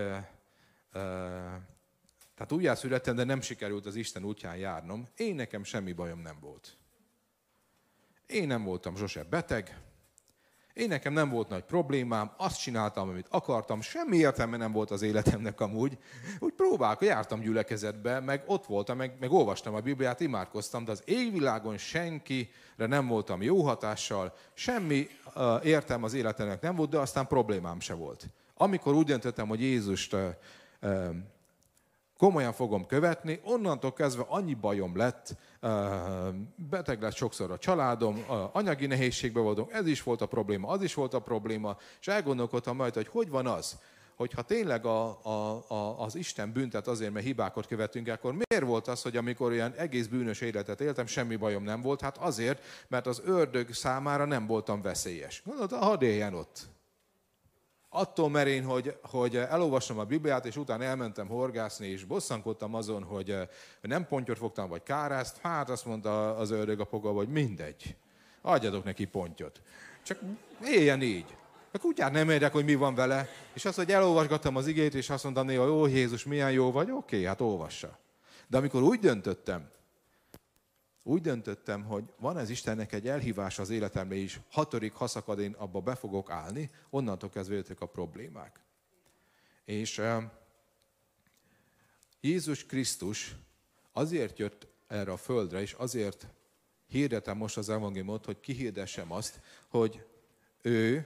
tehát újjászülettem, de nem sikerült az Isten útján járnom. Nekem semmi bajom nem volt. Én nem voltam sose beteg, nekem nem volt nagy problémám, azt csináltam, amit akartam, semmi értelme nem volt az életemnek amúgy. Úgy jártam gyülekezetbe, meg ott voltam, meg olvastam a Bibliát, imádkoztam, de az égvilágon senkire nem voltam jó hatással, semmi értelme az életemnek nem volt, de aztán problémám se volt. Amikor úgy döntöttem, hogy Jézust komolyan fogom követni, onnantól kezdve annyi bajom lett, beteg lett sokszor a családom, anyagi nehézségbe voltunk, ez is volt a probléma, az is volt a probléma, és elgondolkodtam majd, hogy van az, hogyha tényleg az Isten büntet azért, mert hibákat követünk, akkor miért volt az, hogy amikor olyan egész bűnös életet éltem, semmi bajom nem volt? Hát azért, mert az ördög számára nem voltam veszélyes. Gondolta, hadd éljen ott. Attól, mert én, hogy elolvastam a Bibliát, és utána elmentem horgászni, és bosszankodtam azon, hogy nem pontyot fogtam, vagy kárázt, hát azt mondta az ördög a pokolba, hogy mindegy, adjatok neki pontyot. Csak éljen így. A kutyát nem érdek, hogy mi van vele. És azt, hogy elolvasgattam az igét, és azt mondtam néha, ó Jézus, milyen jó vagy, oké, hát olvassa. De amikor úgy döntöttem, hogy van ez Istennek egy elhívás az életemre is, 6. haszakad én abba be fogok állni, onnantól kezdve jöttek a problémák. És Jézus Krisztus azért jött erre a földre, és azért hirdetem most az evangéliumot, hogy kihirdessem azt, hogy ő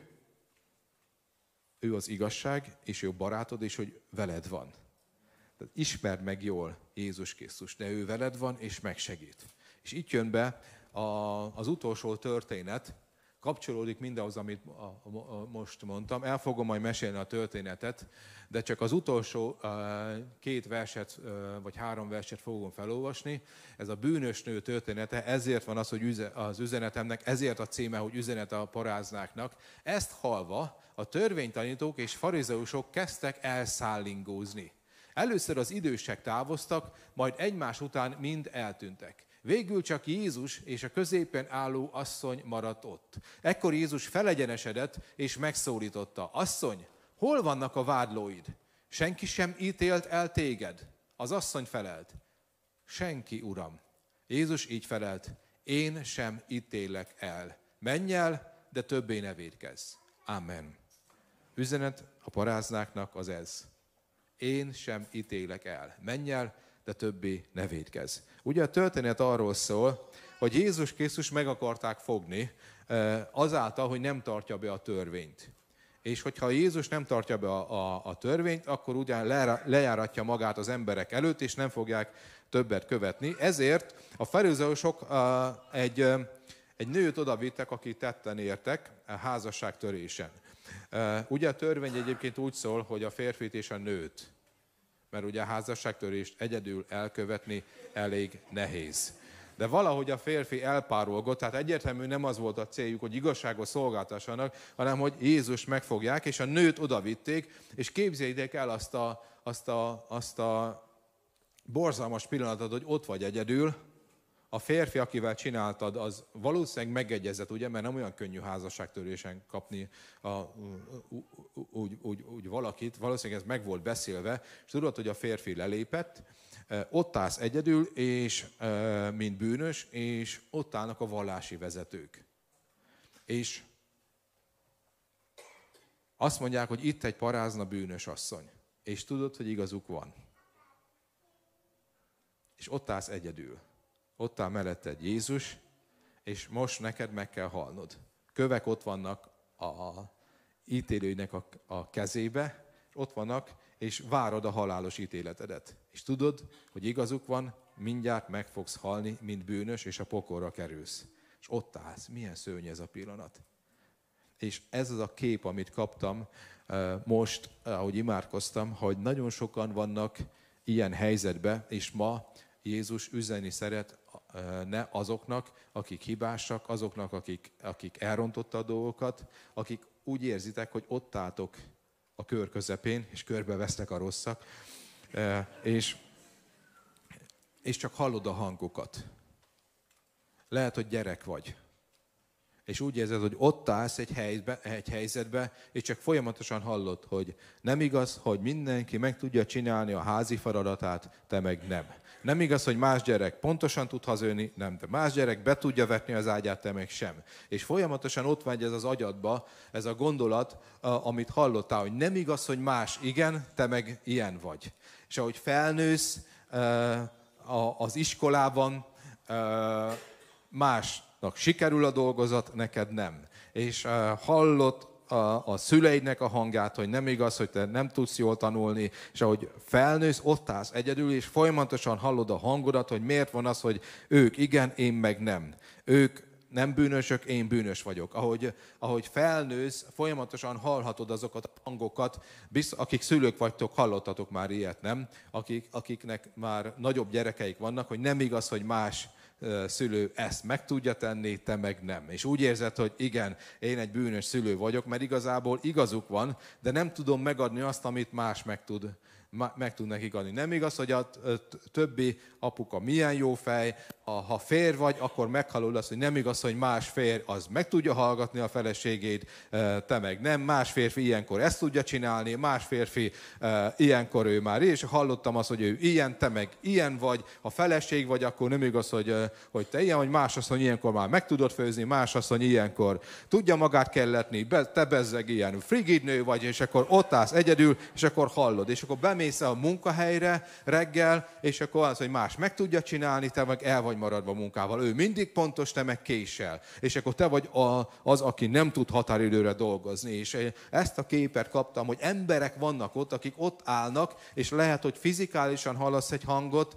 az igazság, és ő barátod, és hogy veled van. Tehát ismerd meg jól Jézus Krisztus, de ő veled van, és megsegít. És itt jön be az utolsó történet, kapcsolódik mindahhoz, amit most mondtam. El fogom majd mesélni a történetet, de csak az utolsó 2 verset, vagy 3 verset fogom felolvasni. Ez a bűnös nő története, ezért van az, hogy az üzenetemnek, ezért a címe, hogy üzenet a paráznáknak. Ezt hallva a törvénytanítók és farizeusok kezdtek elszállingózni. Először az idősek távoztak, majd egymás után mind eltűntek. Végül csak Jézus és a középen álló asszony maradt ott. Ekkor Jézus felegyenesedett és megszólította. Asszony, hol vannak a vádlóid? Senki sem ítélt el téged? Az asszony felelt. Senki, Uram. Jézus így felelt. Én sem ítélek el. Menj el, de többé ne vétkezz. Amen. Üzenet a paráznáknak az ez. Én sem ítélek el. Menj el, de többé ne vétkezz. Ugye a történet arról szól, hogy Jézus Krisztus meg akarták fogni azáltal, hogy nem tartja be a törvényt. És hogyha Jézus nem tartja be a törvényt, akkor ugyan lejáratja magát az emberek előtt, és nem fogják többet követni. Ezért a farizeusok egy nőt odavittek, aki tetten értek házasságtörésen. Ugye a törvény egyébként úgy szól, hogy a férfit és a nőt, mert ugye a házasságtörést egyedül elkövetni elég nehéz. De valahogy a férfi elpárolgott, tehát egyértelműen nem az volt a céljuk, hogy igazságot szolgáltassanak, hanem hogy Jézus megfogják, és a nőt odavitték, és képzeljétek el azt a borzalmas pillanatot, hogy ott vagy egyedül, a férfi, akivel csináltad, az valószínűleg megegyezett, ugye, mert nem olyan könnyű házasságtörésen kapni úgy valakit, valószínűleg ez meg volt beszélve, és tudod, hogy a férfi lelépett, ott állsz egyedül, és mint bűnös, és ott állnak a vallási vezetők. És azt mondják, hogy itt egy parázna bűnös asszony. És tudod, hogy igazuk van. És ott állsz egyedül. Ott áll melletted Jézus, és most neked meg kell halnod. Kövek ott vannak a ítélőnek a kezébe, ott vannak, és várod a halálos ítéletedet. És tudod, hogy igazuk van, mindjárt meg fogsz halni, mint bűnös, és a pokolra kerülsz. És ott állsz. Milyen szörnyű ez a pillanat. És ez az a kép, amit kaptam most, ahogy imádkoztam, hogy nagyon sokan vannak ilyen helyzetben, és ma Jézus üzenni szeretne azoknak, akik hibásak, azoknak, akik elrontotta a dolgokat, akik úgy érzitek, hogy ott álltok a kör közepén, és körbevesznek a rosszak, és csak hallod a hangokat. Lehet, hogy gyerek vagy. És úgy érzed, hogy ott állsz egy helyzetbe, és csak folyamatosan hallod, hogy nem igaz, hogy mindenki meg tudja csinálni a házi feladatát, te meg nem. Nem igaz, hogy más gyerek pontosan tud hazajönni, nem, de más gyerek be tudja vetni az ágyát, te meg sem. És folyamatosan ott van ez az agyadba, ez a gondolat, amit hallottál, hogy nem igaz, hogy más igen, te meg ilyen vagy. És ahogy felnősz az iskolában, másnak sikerül a dolgozat, neked nem. És hallott a szüleidnek a hangját, hogy nem igaz, hogy te nem tudsz jól tanulni, és ahogy felnősz, ott állsz egyedül, és folyamatosan hallod a hangodat, hogy miért van az, hogy ők igen, én meg nem. Ők nem bűnösök, én bűnös vagyok. Ahogy felnősz, folyamatosan hallhatod azokat a hangokat, akik szülők vagytok, hallottatok már ilyet, nem? Akiknek már nagyobb gyerekeik vannak, hogy nem igaz, hogy más szülő ezt meg tudja tenni, te meg nem. És úgy érzed, hogy igen, én egy bűnös szülő vagyok, mert igazából igazuk van, de nem tudom megadni azt, amit más meg tud nekik adni. Nem igaz, hogy a többi apuka milyen jó fej, ha férj vagy, akkor meghallod azt, hogy nem igaz, hogy más férj az meg tudja hallgatni a feleségét, te meg nem. Más férfi ilyenkor ezt tudja csinálni, más férfi ilyenkor ő már, és hallottam azt, hogy ő ilyen, te meg ilyen vagy, ha feleség vagy, akkor nem igaz, hogy te ilyen vagy, más asszony ilyenkor már meg tudod főzni, más asszony ilyenkor tudja magát kelletni, te bezzeg ilyen frigid nő vagy, és akkor ott állsz egyedül, és akkor hallod, és akkor bemész a munkahelyre reggel, és akkor az, hogy más meg tudja csinálni, te meg el vagy maradva munkával. Ő mindig pontos, te meg késel. És akkor te vagy az, aki nem tud határidőre dolgozni. És ezt a képet kaptam, hogy emberek vannak ott, akik ott állnak, és lehet, hogy fizikálisan hallasz egy hangot,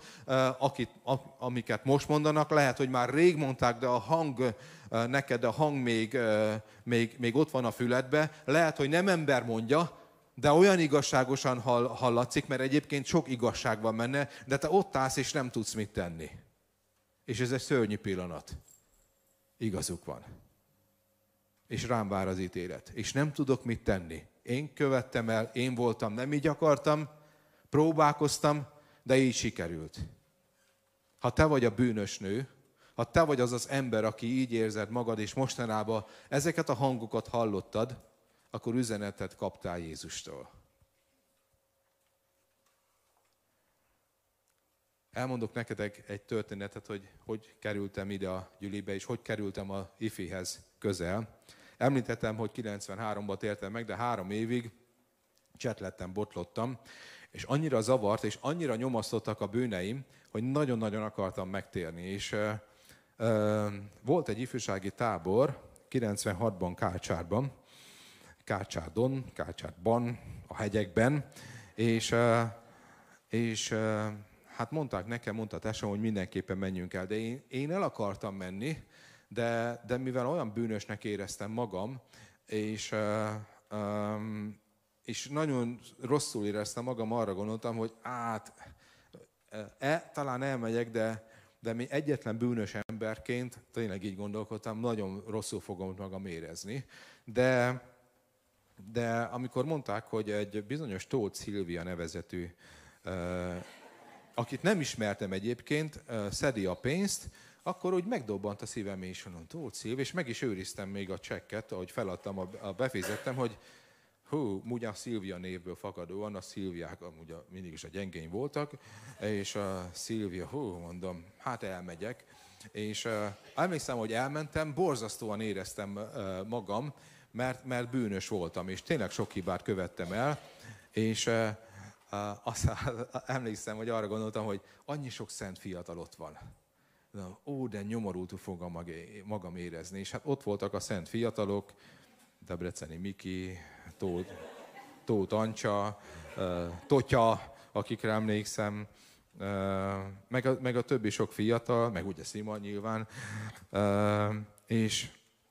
amiket most mondanak, lehet, hogy már rég mondták, de a hang neked a hang még ott van a füledbe. Lehet, hogy nem ember mondja, de olyan igazságosan hallatszik, mert egyébként sok igazság van benne, de te ott állsz, és nem tudsz mit tenni. És ez egy szörnyű pillanat. Igazuk van. És rám vár az ítélet. És nem tudok mit tenni. Én követtem el, én voltam, nem így akartam, próbálkoztam, de így sikerült. Ha te vagy a bűnös nő, ha te vagy az az ember, aki így érzed magad, és mostanában ezeket a hangokat hallottad, akkor üzenetet kaptál Jézustól. Elmondok nektek egy történetet, hogy kerültem ide a gyülibe, és hogy kerültem a ifihez közel. Említettem, hogy 93-ban tértem meg, de 3 évig csetlettem, botlottam, és annyira zavart, és annyira nyomasztottak a bűneim, hogy nagyon-nagyon akartam megtérni. És volt egy ifjúsági tábor 96-ban Kácsárban, Kácsátban, a hegyekben, és hát mondták nekem, mondta a tesóm, hogy mindenképpen menjünk el, de én el akartam menni, de mivel olyan bűnösnek éreztem magam, és nagyon rosszul éreztem magam, arra gondoltam, hogy talán elmegyek, de mi egyetlen bűnös emberként, tényleg így gondolkodtam, nagyon rosszul fogom magam érezni. De amikor mondták, hogy egy bizonyos Tóth Szilvia nevezetű, akit nem ismertem egyébként, szedi a pénzt, akkor úgy megdobbant a szívem, és mondom, Tóth Szilvia, és meg is őriztem még a csekket, ahogy feladtam, befizettem, hogy ugye a Szilvia névből fakadóan, a Szilviák amúgy mindig is a gyengény voltak, és a Szilvia, mondom, hát elmegyek. És emlékszem, hogy elmentem, borzasztóan éreztem magam, mert bűnös voltam, és tényleg sok hibát követtem el, és emlékszem, hogy arra gondoltam, hogy annyi sok szent fiatal ott van. De nyomorultul fogom magam érezni. És hát ott voltak a szent fiatalok, Debreceni Miki, Tóth Ancsa, Totya, akikre emlékszem, meg a többi sok fiatal, meg ugye Szima nyilván, és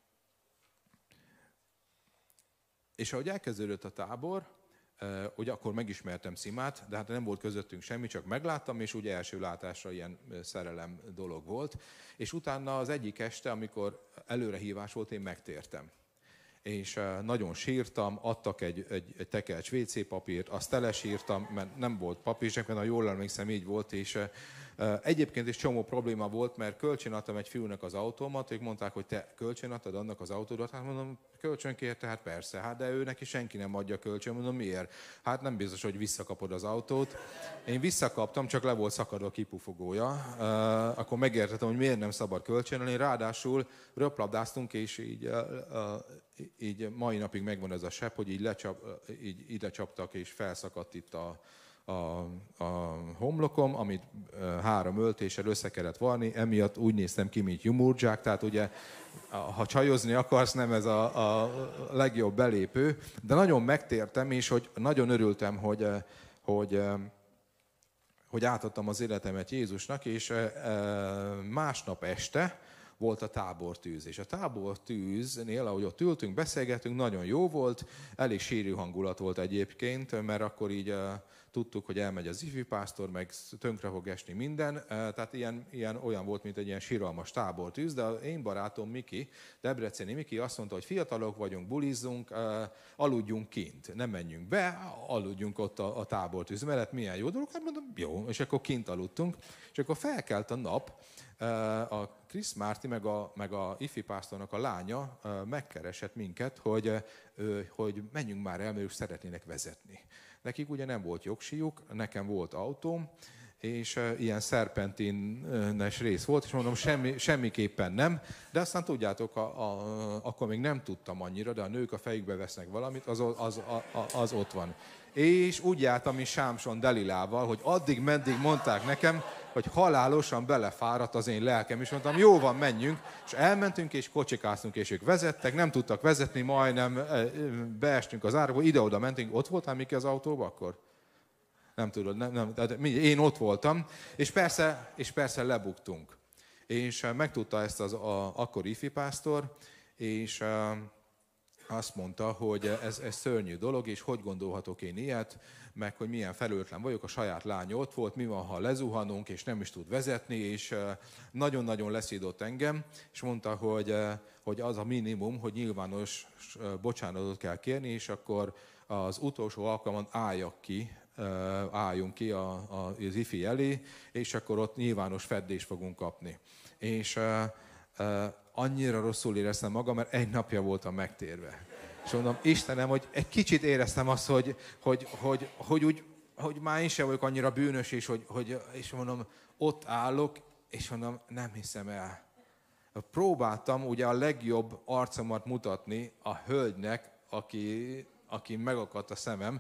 ahogy elkezdődött a tábor, ugye akkor megismertem Szimát, de hát nem volt közöttünk semmi, csak megláttam, és ugye első látásra ilyen szerelem dolog volt. És utána az egyik este, amikor előrehívás volt, én megtértem. És nagyon sírtam, adtak egy tekercs WC papírt, azt telesírtam, mert nem volt papírsek, mert ha jól emlékszem, így volt, és egyébként is csomó probléma volt, mert kölcsönadtam egy fiúnak az autómat, ők mondták, hogy te kölcsönadtad annak az autódat, hát mondom, kölcsönkérte, hát persze, hát de ő neki senki nem adja kölcsön, mondom, miért? Hát nem biztos, hogy visszakapod az autót. Én visszakaptam, csak le volt szakadva a kipufogója, akkor megértettem, hogy miért nem szabad kölcsönölni, ráadásul röplabdáztunk, és így mai napig megvan ez a seb, hogy így ide csaptak, és felszakadt itt a homlokom, amit 3 öltéssel össze kellett varni, emiatt úgy néztem ki, mint jumurdzsák, tehát ugye, ha csajozni akarsz, nem ez a legjobb belépő, de nagyon megtértem, és hogy nagyon örültem, hogy átadtam az életemet Jézusnak, és másnap este volt a tábortűz, és a tábortűznél, ahogy ott ültünk, beszélgetünk, nagyon jó volt, elég sűrű hangulat volt egyébként, mert akkor így tudtuk, hogy elmegy az ifjúpásztor, meg tönkre fog esni minden, tehát olyan volt, mint egy ilyen siralmas tábortűz, de az én barátom Miki, Debreceni Miki azt mondta, hogy fiatalok vagyunk, bulizzunk, aludjunk kint, nem menjünk be, aludjunk ott a tábortűz mellett, milyen jó dolog, hát mondom, jó, és akkor kint aludtunk, és akkor felkelt a nap, a Krisz Márti meg a ifjúpásztornak a lánya megkeresett minket, hogy menjünk már el, mert ők szeretnének vezetni. Nekik ugye nem volt jogsíjuk, nekem volt autóm, és ilyen szerpentines rész volt, és mondom, semmiképpen nem, de aztán tudjátok, akkor még nem tudtam annyira, de a nők a fejükbe vesznek valamit, az ott van. És úgy jártam, mint Sámson Delilával, hogy addig-meddig mondták nekem, hogy halálosan belefáradt az én lelkem, és mondtam, jó van, menjünk, és elmentünk, és kocsikáztunk, és ők vezettek, nem tudtak vezetni, majdnem beestünk az árba, ide-oda mentünk, ott voltál Miki az autóba akkor? Nem tudod, nem, én ott voltam, és persze lebuktunk. És megtudta ezt az akkori ifjúpásztor, és azt mondta, hogy ez szörnyű dolog, és hogy gondolhatok én ilyet, meg hogy milyen felelőtlen vagyok, a saját lánya ott volt, mi van, ha lezuhanunk, és nem is tud vezetni, és nagyon-nagyon leszídott engem, és mondta, hogy az a minimum, hogy nyilvános bocsánatot kell kérni, és akkor az utolsó alkalommal álljunk ki az ifi elé, és akkor ott nyilvános feddést fogunk kapni. És annyira rosszul éreztem magam, mert egy napja voltam megtérve. És mondom, Istenem, hogy egy kicsit éreztem azt, hogy már én sem vagyok annyira bűnös, és mondom, ott állok, és mondom, nem hiszem el. Próbáltam ugye a legjobb arcomat mutatni a hölgynek, aki megakadt a szemem,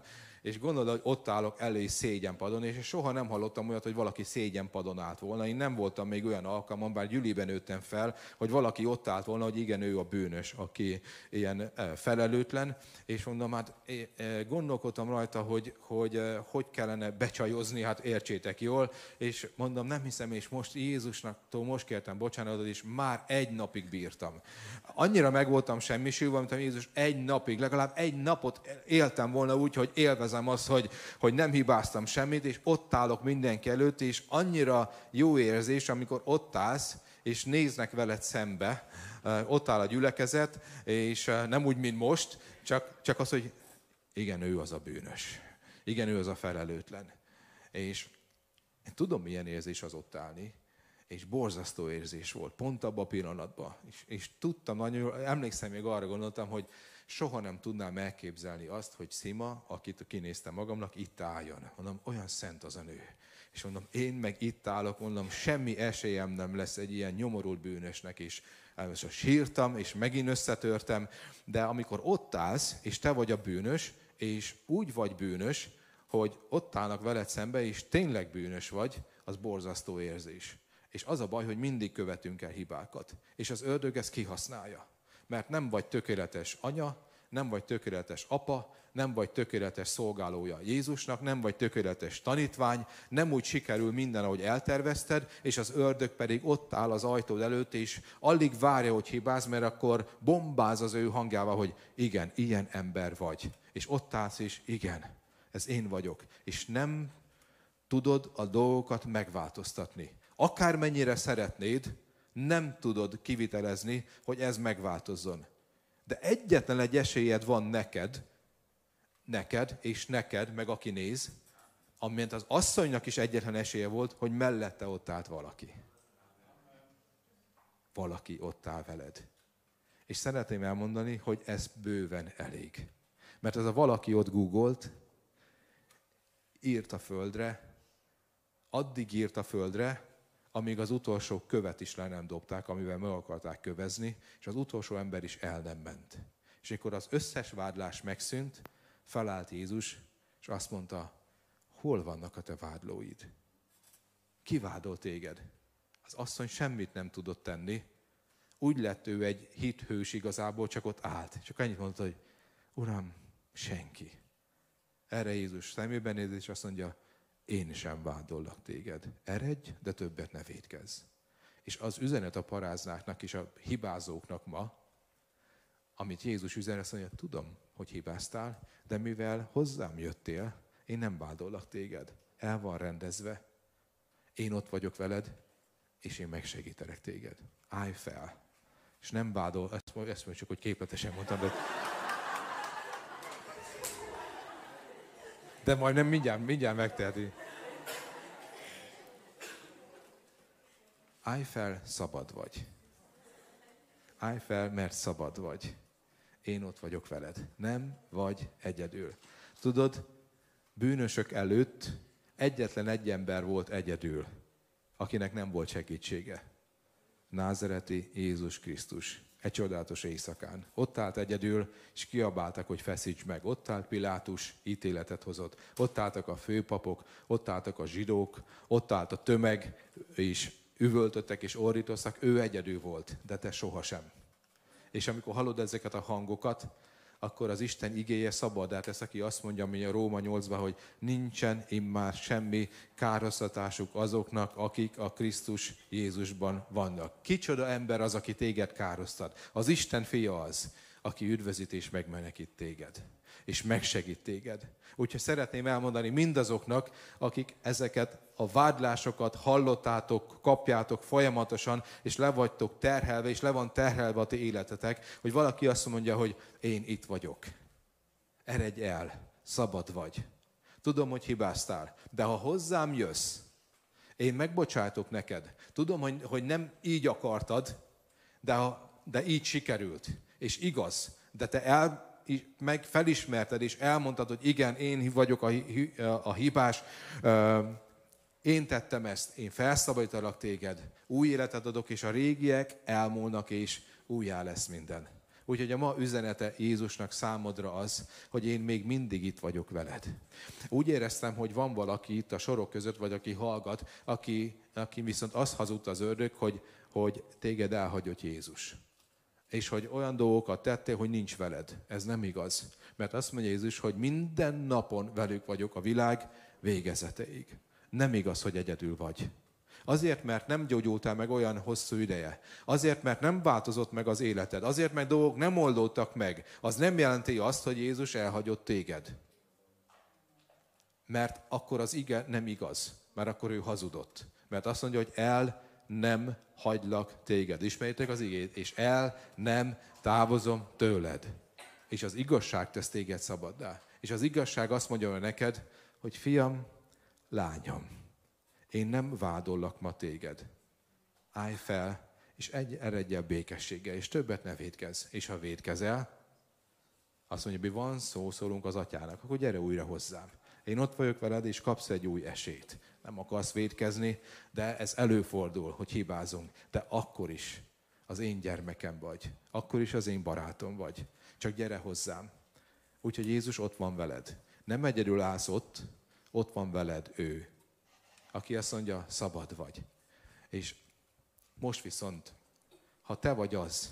és gondolod, hogy ott állok elé szégyenpadon, és soha nem hallottam olyat, hogy valaki szégyenpadon állt volna. Én nem voltam még olyan alkalmon, bár Gyüliben nőttem fel, hogy valaki ott állt volna, hogy igen, ő a bűnös, aki ilyen felelőtlen, és mondom, hát gondolkodtam rajta, hogy kellene becsajozni, hát értsétek jól, és mondom, nem hiszem, és most Jézusnaktól most kértem bocsánatot, és már egy napig bírtam. Annyira meg voltam semmisülve, mint Jézus egy napig, legalább egy napot éltem volna úgy, hogy élvezem azt, hogy nem hibáztam semmit, és ott állok mindenki előtt, és annyira jó érzés, amikor ott állsz, és néznek veled szembe, ott áll a gyülekezet, és nem úgy, mint most, csak az, hogy igen, ő az a bűnös. Igen, ő az a felelőtlen. És én tudom, milyen érzés az ott állni, és borzasztó érzés volt, pont abban a pillanatban. És tudtam, nagyon, emlékszem, még arra gondoltam, hogy soha nem tudnám elképzelni azt, hogy Szima, akit kinéztem magamnak, itt álljon. Mondom, olyan szent az a nő. És mondom, én meg itt állok, mondom, semmi esélyem nem lesz egy ilyen nyomorult bűnösnek is. Először sírtam, és megint összetörtem, de amikor ott állsz, és te vagy a bűnös, és úgy vagy bűnös, hogy ott állnak veled szembe, és tényleg bűnös vagy, az borzasztó érzés. És az a baj, hogy mindig követünk el hibákat. És az ördög ezt kihasználja. Mert nem vagy tökéletes anya, nem vagy tökéletes apa, nem vagy tökéletes szolgálója Jézusnak, nem vagy tökéletes tanítvány, nem úgy sikerül minden, ahogy eltervezted, és az ördög pedig ott áll az ajtód előtt, és alig várja, hogy hibáz, mert akkor bombáz az ő hangjával, hogy igen, ilyen ember vagy. És ott állsz, és igen, ez én vagyok. És nem tudod a dolgokat megváltoztatni. Akármennyire szeretnéd, nem tudod kivitelezni, hogy ez megváltozzon. De egyetlen egy esélyed van neked és neked, meg aki néz, amint az asszonynak is egyetlen esélye volt, hogy mellette ott állt valaki. Valaki ott áll veled. És szeretném elmondani, hogy ez bőven elég. Mert ez a valaki ott googolt, írt a földre, addig írt a földre, amíg az utolsó követ is le nem dobták, amivel meg akarták kövezni, és az utolsó ember is el nem ment. És amikor az összes vádlás megszűnt, felállt Jézus, és azt mondta, hol vannak a te vádlóid? Ki vádol téged? Az asszony semmit nem tudott tenni. Úgy lett ő egy hithős igazából, csak ott állt. Csak annyit mondta, hogy Uram, senki. Erre Jézus szemébe néz, és azt mondja, én sem vádollak téged. Eredj, de többet ne vétkezz. És az üzenet a paráznáknak és a hibázóknak ma, amit Jézus üzen, azt mondja, tudom, hogy hibáztál, de mivel hozzám jöttél, én nem vádollak téged. El van rendezve, én ott vagyok veled, és én megsegítelek téged. Állj fel. És nem vádol, ezt mondjuk csak, hogy képletesen mondtam, de majdnem mindjárt megteheti. Állj fel, szabad vagy. Állj fel, mert szabad vagy. Én ott vagyok veled. Nem vagy egyedül. Tudod, bűnösök előtt egyetlen egy ember volt egyedül, akinek nem volt segítsége. Názareti Jézus Krisztus. Egy csodálatos éjszakán. Ott állt egyedül, és kiabáltak, hogy feszíts meg. Ott állt Pilátus, ítéletet hozott. Ott álltak a főpapok, ott álltak a zsidók, ott állt a tömeg, és üvöltöttek és ordítoztak. Ő egyedül volt, de te sohasem. És amikor hallod ezeket a hangokat, akkor az Isten igéje szabaddá tesz, aki azt mondja, ami a Róma 8-ban, hogy nincsen immár semmi kárhoztatásuk azoknak, akik a Krisztus Jézusban vannak. Kicsoda ember az, aki téged kárhoztat? Az Isten fia az, aki üdvözít és megmenekít téged, és megsegít téged. Úgyhogy szeretném elmondani mindazoknak, akik ezeket a vádlásokat hallottátok, kapjátok folyamatosan, és le vagytok terhelve, és le van terhelve a ti életetek, hogy valaki azt mondja, hogy én itt vagyok. Eredj el, szabad vagy. Tudom, hogy hibáztál, de ha hozzám jössz, én megbocsátok neked. Tudom, hogy nem így akartad, de így sikerült. És igaz, de te meg felismerted, és elmondtad, hogy igen, én vagyok a hibás, én tettem ezt, én felszabadítalak téged, új életet adok, és a régiek elmúlnak, és újjá lesz minden. Úgyhogy a ma üzenete Jézusnak számodra az, hogy én még mindig itt vagyok veled. Úgy éreztem, hogy van valaki itt a sorok között, vagy aki hallgat, aki viszont azt hazudta az ördög, hogy téged elhagyott Jézus. És hogy olyan dolgokat tettél, hogy nincs veled. Ez nem igaz. Mert azt mondja Jézus, hogy minden napon velük vagyok a világ végezeteig. Nem igaz, hogy egyedül vagy. Azért, mert nem gyógyultál meg olyan hosszú ideje. Azért, mert nem változott meg az életed. Azért, mert dolgok nem oldódtak meg. Az nem jelenti azt, hogy Jézus elhagyott téged. Mert akkor az ige nem igaz. Mert akkor ő hazudott. Mert azt mondja, hogy el nem hagylak téged. Ismerjétek az igét? És el nem távozom tőled. És az igazság tesz téged szabaddá. És az igazság azt mondja neked, hogy fiam, lányom, én nem vádollak ma téged. Állj fel, és eredj el békességgel, és többet ne vétkezz. És ha vétkezel, azt mondja, hogy van szólunk az atyának, akkor gyere újra hozzám. Én ott vagyok veled, és kapsz egy új esélyt. Nem akarsz vétkezni, de ez előfordul, hogy hibázunk. De akkor is az én gyermekem vagy. Akkor is az én barátom vagy. Csak gyere hozzám. Úgyhogy Jézus ott van veled. Nem egyedül állsz ott van veled ő. Aki azt mondja, szabad vagy. És most viszont, ha te vagy az,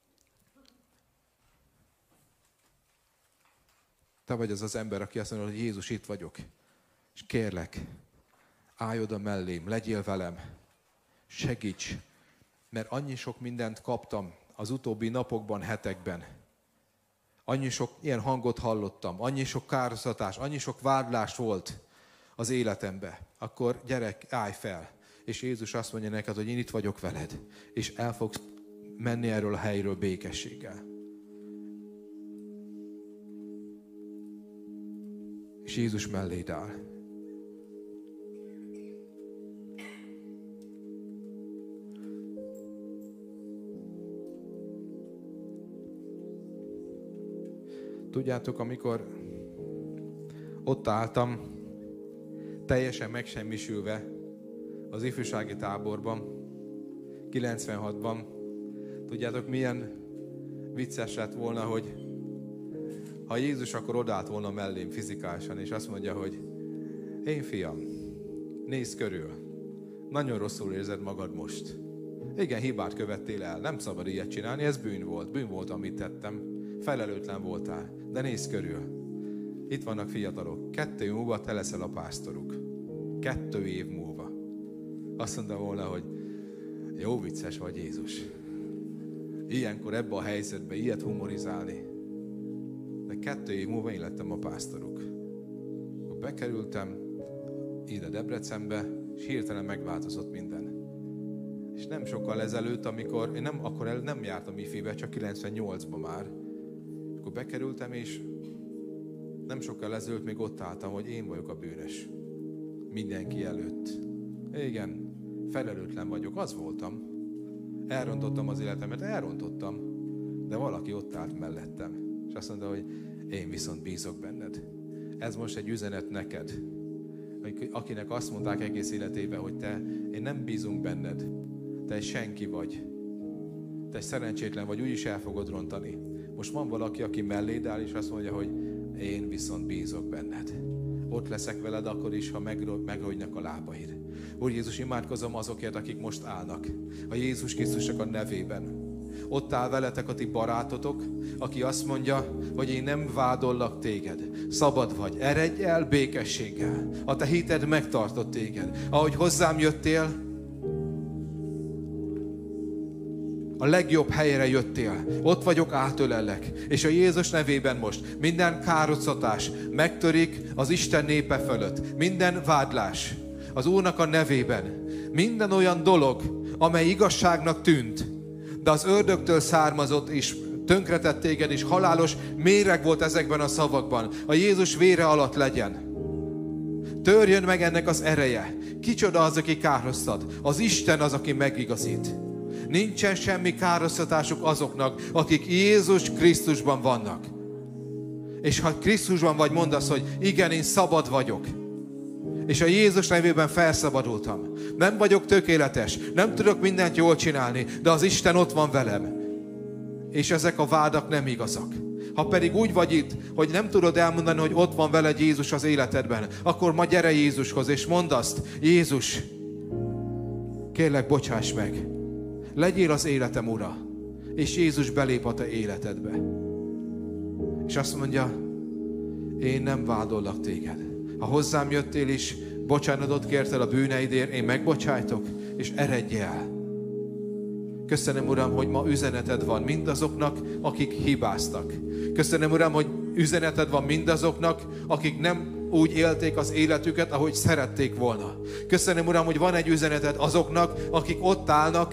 te vagy az az ember, aki azt mondja, hogy Jézus, itt vagyok. És kérlek, állj oda mellém, legyél velem, segíts, mert annyi sok mindent kaptam az utóbbi napokban, hetekben. Annyi sok ilyen hangot hallottam, annyi sok károsztatás, annyi sok vádlás volt az életemben. Akkor gyerek, állj fel. És Jézus azt mondja neked, hogy én itt vagyok veled, és el fogsz menni erről a helyről békességgel. És Jézus melléd áll. Tudjátok, amikor ott álltam, teljesen megsemmisülve az ifjúsági táborban, 96-ban, tudjátok, milyen vicces lett volna, hogy ha Jézus akkor odállt volna mellém fizikálisan, és azt mondja, hogy én fiam, nézz körül, nagyon rosszul érzed magad most. Igen, hibát követtél el, nem szabad ilyet csinálni, ez bűn volt, amit tettem. Felelőtlen voltál, de nézz körül. Itt vannak fiatalok, 2 év múlva te leszel a pásztoruk. 2 év múlva. Azt mondta volna, hogy jó vicces vagy Jézus. Ilyenkor ebbe a helyzetbe ilyet humorizálni. De 2 év múlva én lettem a pásztoruk. Akkor bekerültem ide Debrecenbe, és hirtelen megváltozott minden. És nem sokkal ezelőtt, amikor én nem jártam ifibe, csak 98-ban már. Akkor bekerültem, és nem sokkal ezelőtt még ott álltam, hogy én vagyok a bűnös. Mindenki előtt. Igen, felelőtlen vagyok, az voltam. Elrontottam az életemet, elrontottam. De valaki ott állt mellettem. És azt mondta, hogy én viszont bízok benned. Ez most egy üzenet neked. Akinek azt mondták egész életében, hogy én nem bízunk benned. Te egy senki vagy. Te egy szerencsétlen vagy, úgyis el fogod rontani. Most van valaki, aki melléd áll, és azt mondja, hogy én viszont bízok benned. Ott leszek veled akkor is, ha megrogynak a lábaid. Úr Jézus, imádkozom azokért, akik most állnak. A Jézus Krisztusnak a nevében. Ott áll veletek a ti barátotok, aki azt mondja, hogy én nem vádollak téged. Szabad vagy, eredj el békességgel. A te hited megtartott téged. Ahogy hozzám jöttél, a legjobb helyre jöttél. Ott vagyok, átölellek. És a Jézus nevében most minden károsztatás megtörik az Isten népe fölött. Minden vádlás az Úrnak a nevében. Minden olyan dolog, amely igazságnak tűnt, de az ördögtől származott és tönkretett téged, és halálos méreg volt ezekben a szavakban. A Jézus vére alatt legyen. Törjön meg ennek az ereje. Kicsoda az, aki károsztat? Az Isten az, aki megigazít. Nincsen semmi károsztatásuk azoknak, akik Jézus Krisztusban vannak. És ha Krisztusban vagy, mondd azt, hogy igen, én szabad vagyok. És a Jézus nevében felszabadultam. Nem vagyok tökéletes, nem tudok mindent jól csinálni, de az Isten ott van velem. és ezek a vádak nem igazak. Ha pedig úgy vagy itt, hogy nem tudod elmondani, hogy ott van veled Jézus az életedben, akkor ma gyere Jézushoz, és mondd azt: Jézus, kérlek, bocsáss meg. Legyél az életem ura. És Jézus belép a te életedbe. És azt mondja: én nem vádollak téged. Ha hozzám jöttél és bocsánatot kértél a bűneidért, én megbocsájtok, és eredj el. Köszönöm, Uram, hogy ma üzeneted van mindazoknak, akik hibáztak. Köszönöm, Uram, hogy üzeneted van mindazoknak, akik nem úgy élték az életüket, ahogy szerették volna. Köszönöm, Uram, hogy van egy üzeneted azoknak, akik ott állnak,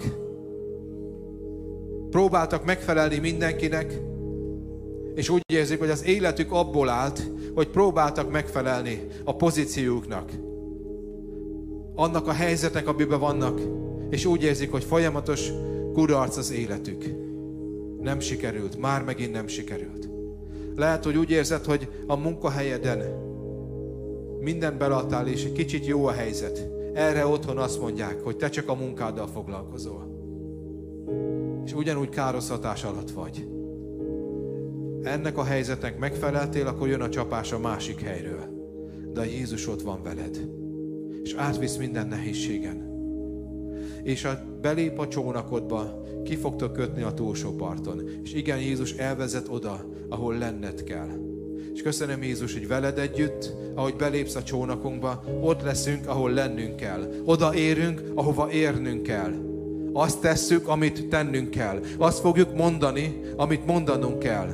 próbáltak megfelelni mindenkinek, és úgy érzik, hogy az életük abból állt, hogy próbáltak megfelelni a pozícióknak, annak a helyzetnek, amiben vannak, és úgy érzik, hogy folyamatos kudarc az életük. Nem sikerült, már megint nem sikerült. Lehet, hogy úgy érzed, hogy a munkahelyeden mindent beleadtál, és egy kicsit jó a helyzet. Erre otthon azt mondják, hogy te csak a munkáddal foglalkozol. És ugyanúgy káros hatás alatt vagy. Ennek a helyzetnek megfeleltél, akkor jön a csapás a másik helyről. De Jézus ott van veled. És átvisz minden nehézségen. És belép a csónakodba, ki fogtok kötni a túlsó parton. És igen, Jézus elvezet oda, ahol lenned kell. És köszönöm, Jézus, hogy veled együtt, ahogy belépsz a csónakunkba, ott leszünk, ahol lennünk kell. Oda érünk, ahova érnünk kell. Azt tesszük, amit tennünk kell. Azt fogjuk mondani, amit mondanunk kell.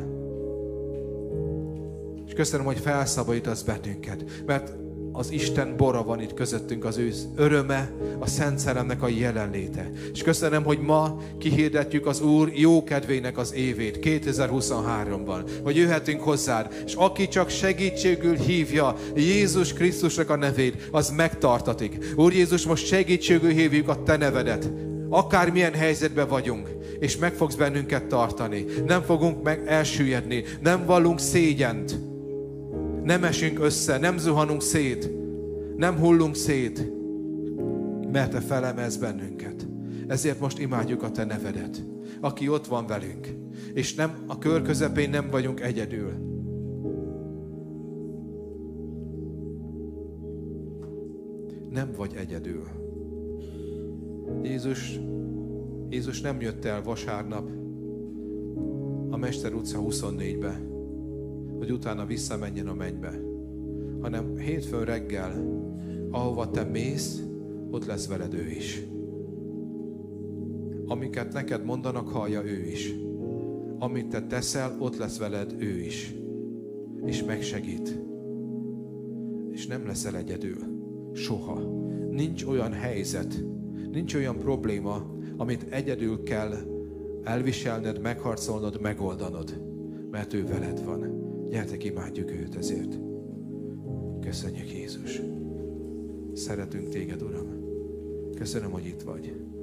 És köszönöm, hogy felszabadítasz bennünket, mert az Isten bora van itt közöttünk, az ő öröme, a Szent Szellemnek a jelenléte. És köszönöm, hogy ma kihirdetjük az Úr jókedvének az évét 2023-ban, hogy jöhetünk hozzád, és aki csak segítségül hívja Jézus Krisztusnak a nevét, az megtartatik. Úr Jézus, most segítségül hívjuk a te nevedet. Akármilyen helyzetben vagyunk, és meg fogsz bennünket tartani. Nem fogunk meg elsüllyedni, nem vallunk szégyent. Nem esünk össze, nem zuhanunk szét, nem hullunk szét, mert te felemelsz bennünket. Ezért most imádjuk a te nevedet, aki ott van velünk, és nem a kör közepén nem vagyunk egyedül. Nem vagy egyedül. Jézus nem jött el vasárnap a Mester utca 24-be, hogy utána visszamenjen a mennybe, hanem hétfőn reggel, ahova te mész, ott lesz veled ő is. Amiket neked mondanak, hallja ő is. Amit te teszel, ott lesz veled ő is. És megsegít. És nem leszel egyedül. Soha. Nincs olyan helyzet, nincs olyan probléma, amit egyedül kell elviselned, megharcolnod, megoldanod. Mert ő veled van. Gyertek, imádjuk őt ezért. Köszönjük, Jézus. Szeretünk téged, Uram. Köszönöm, hogy itt vagy.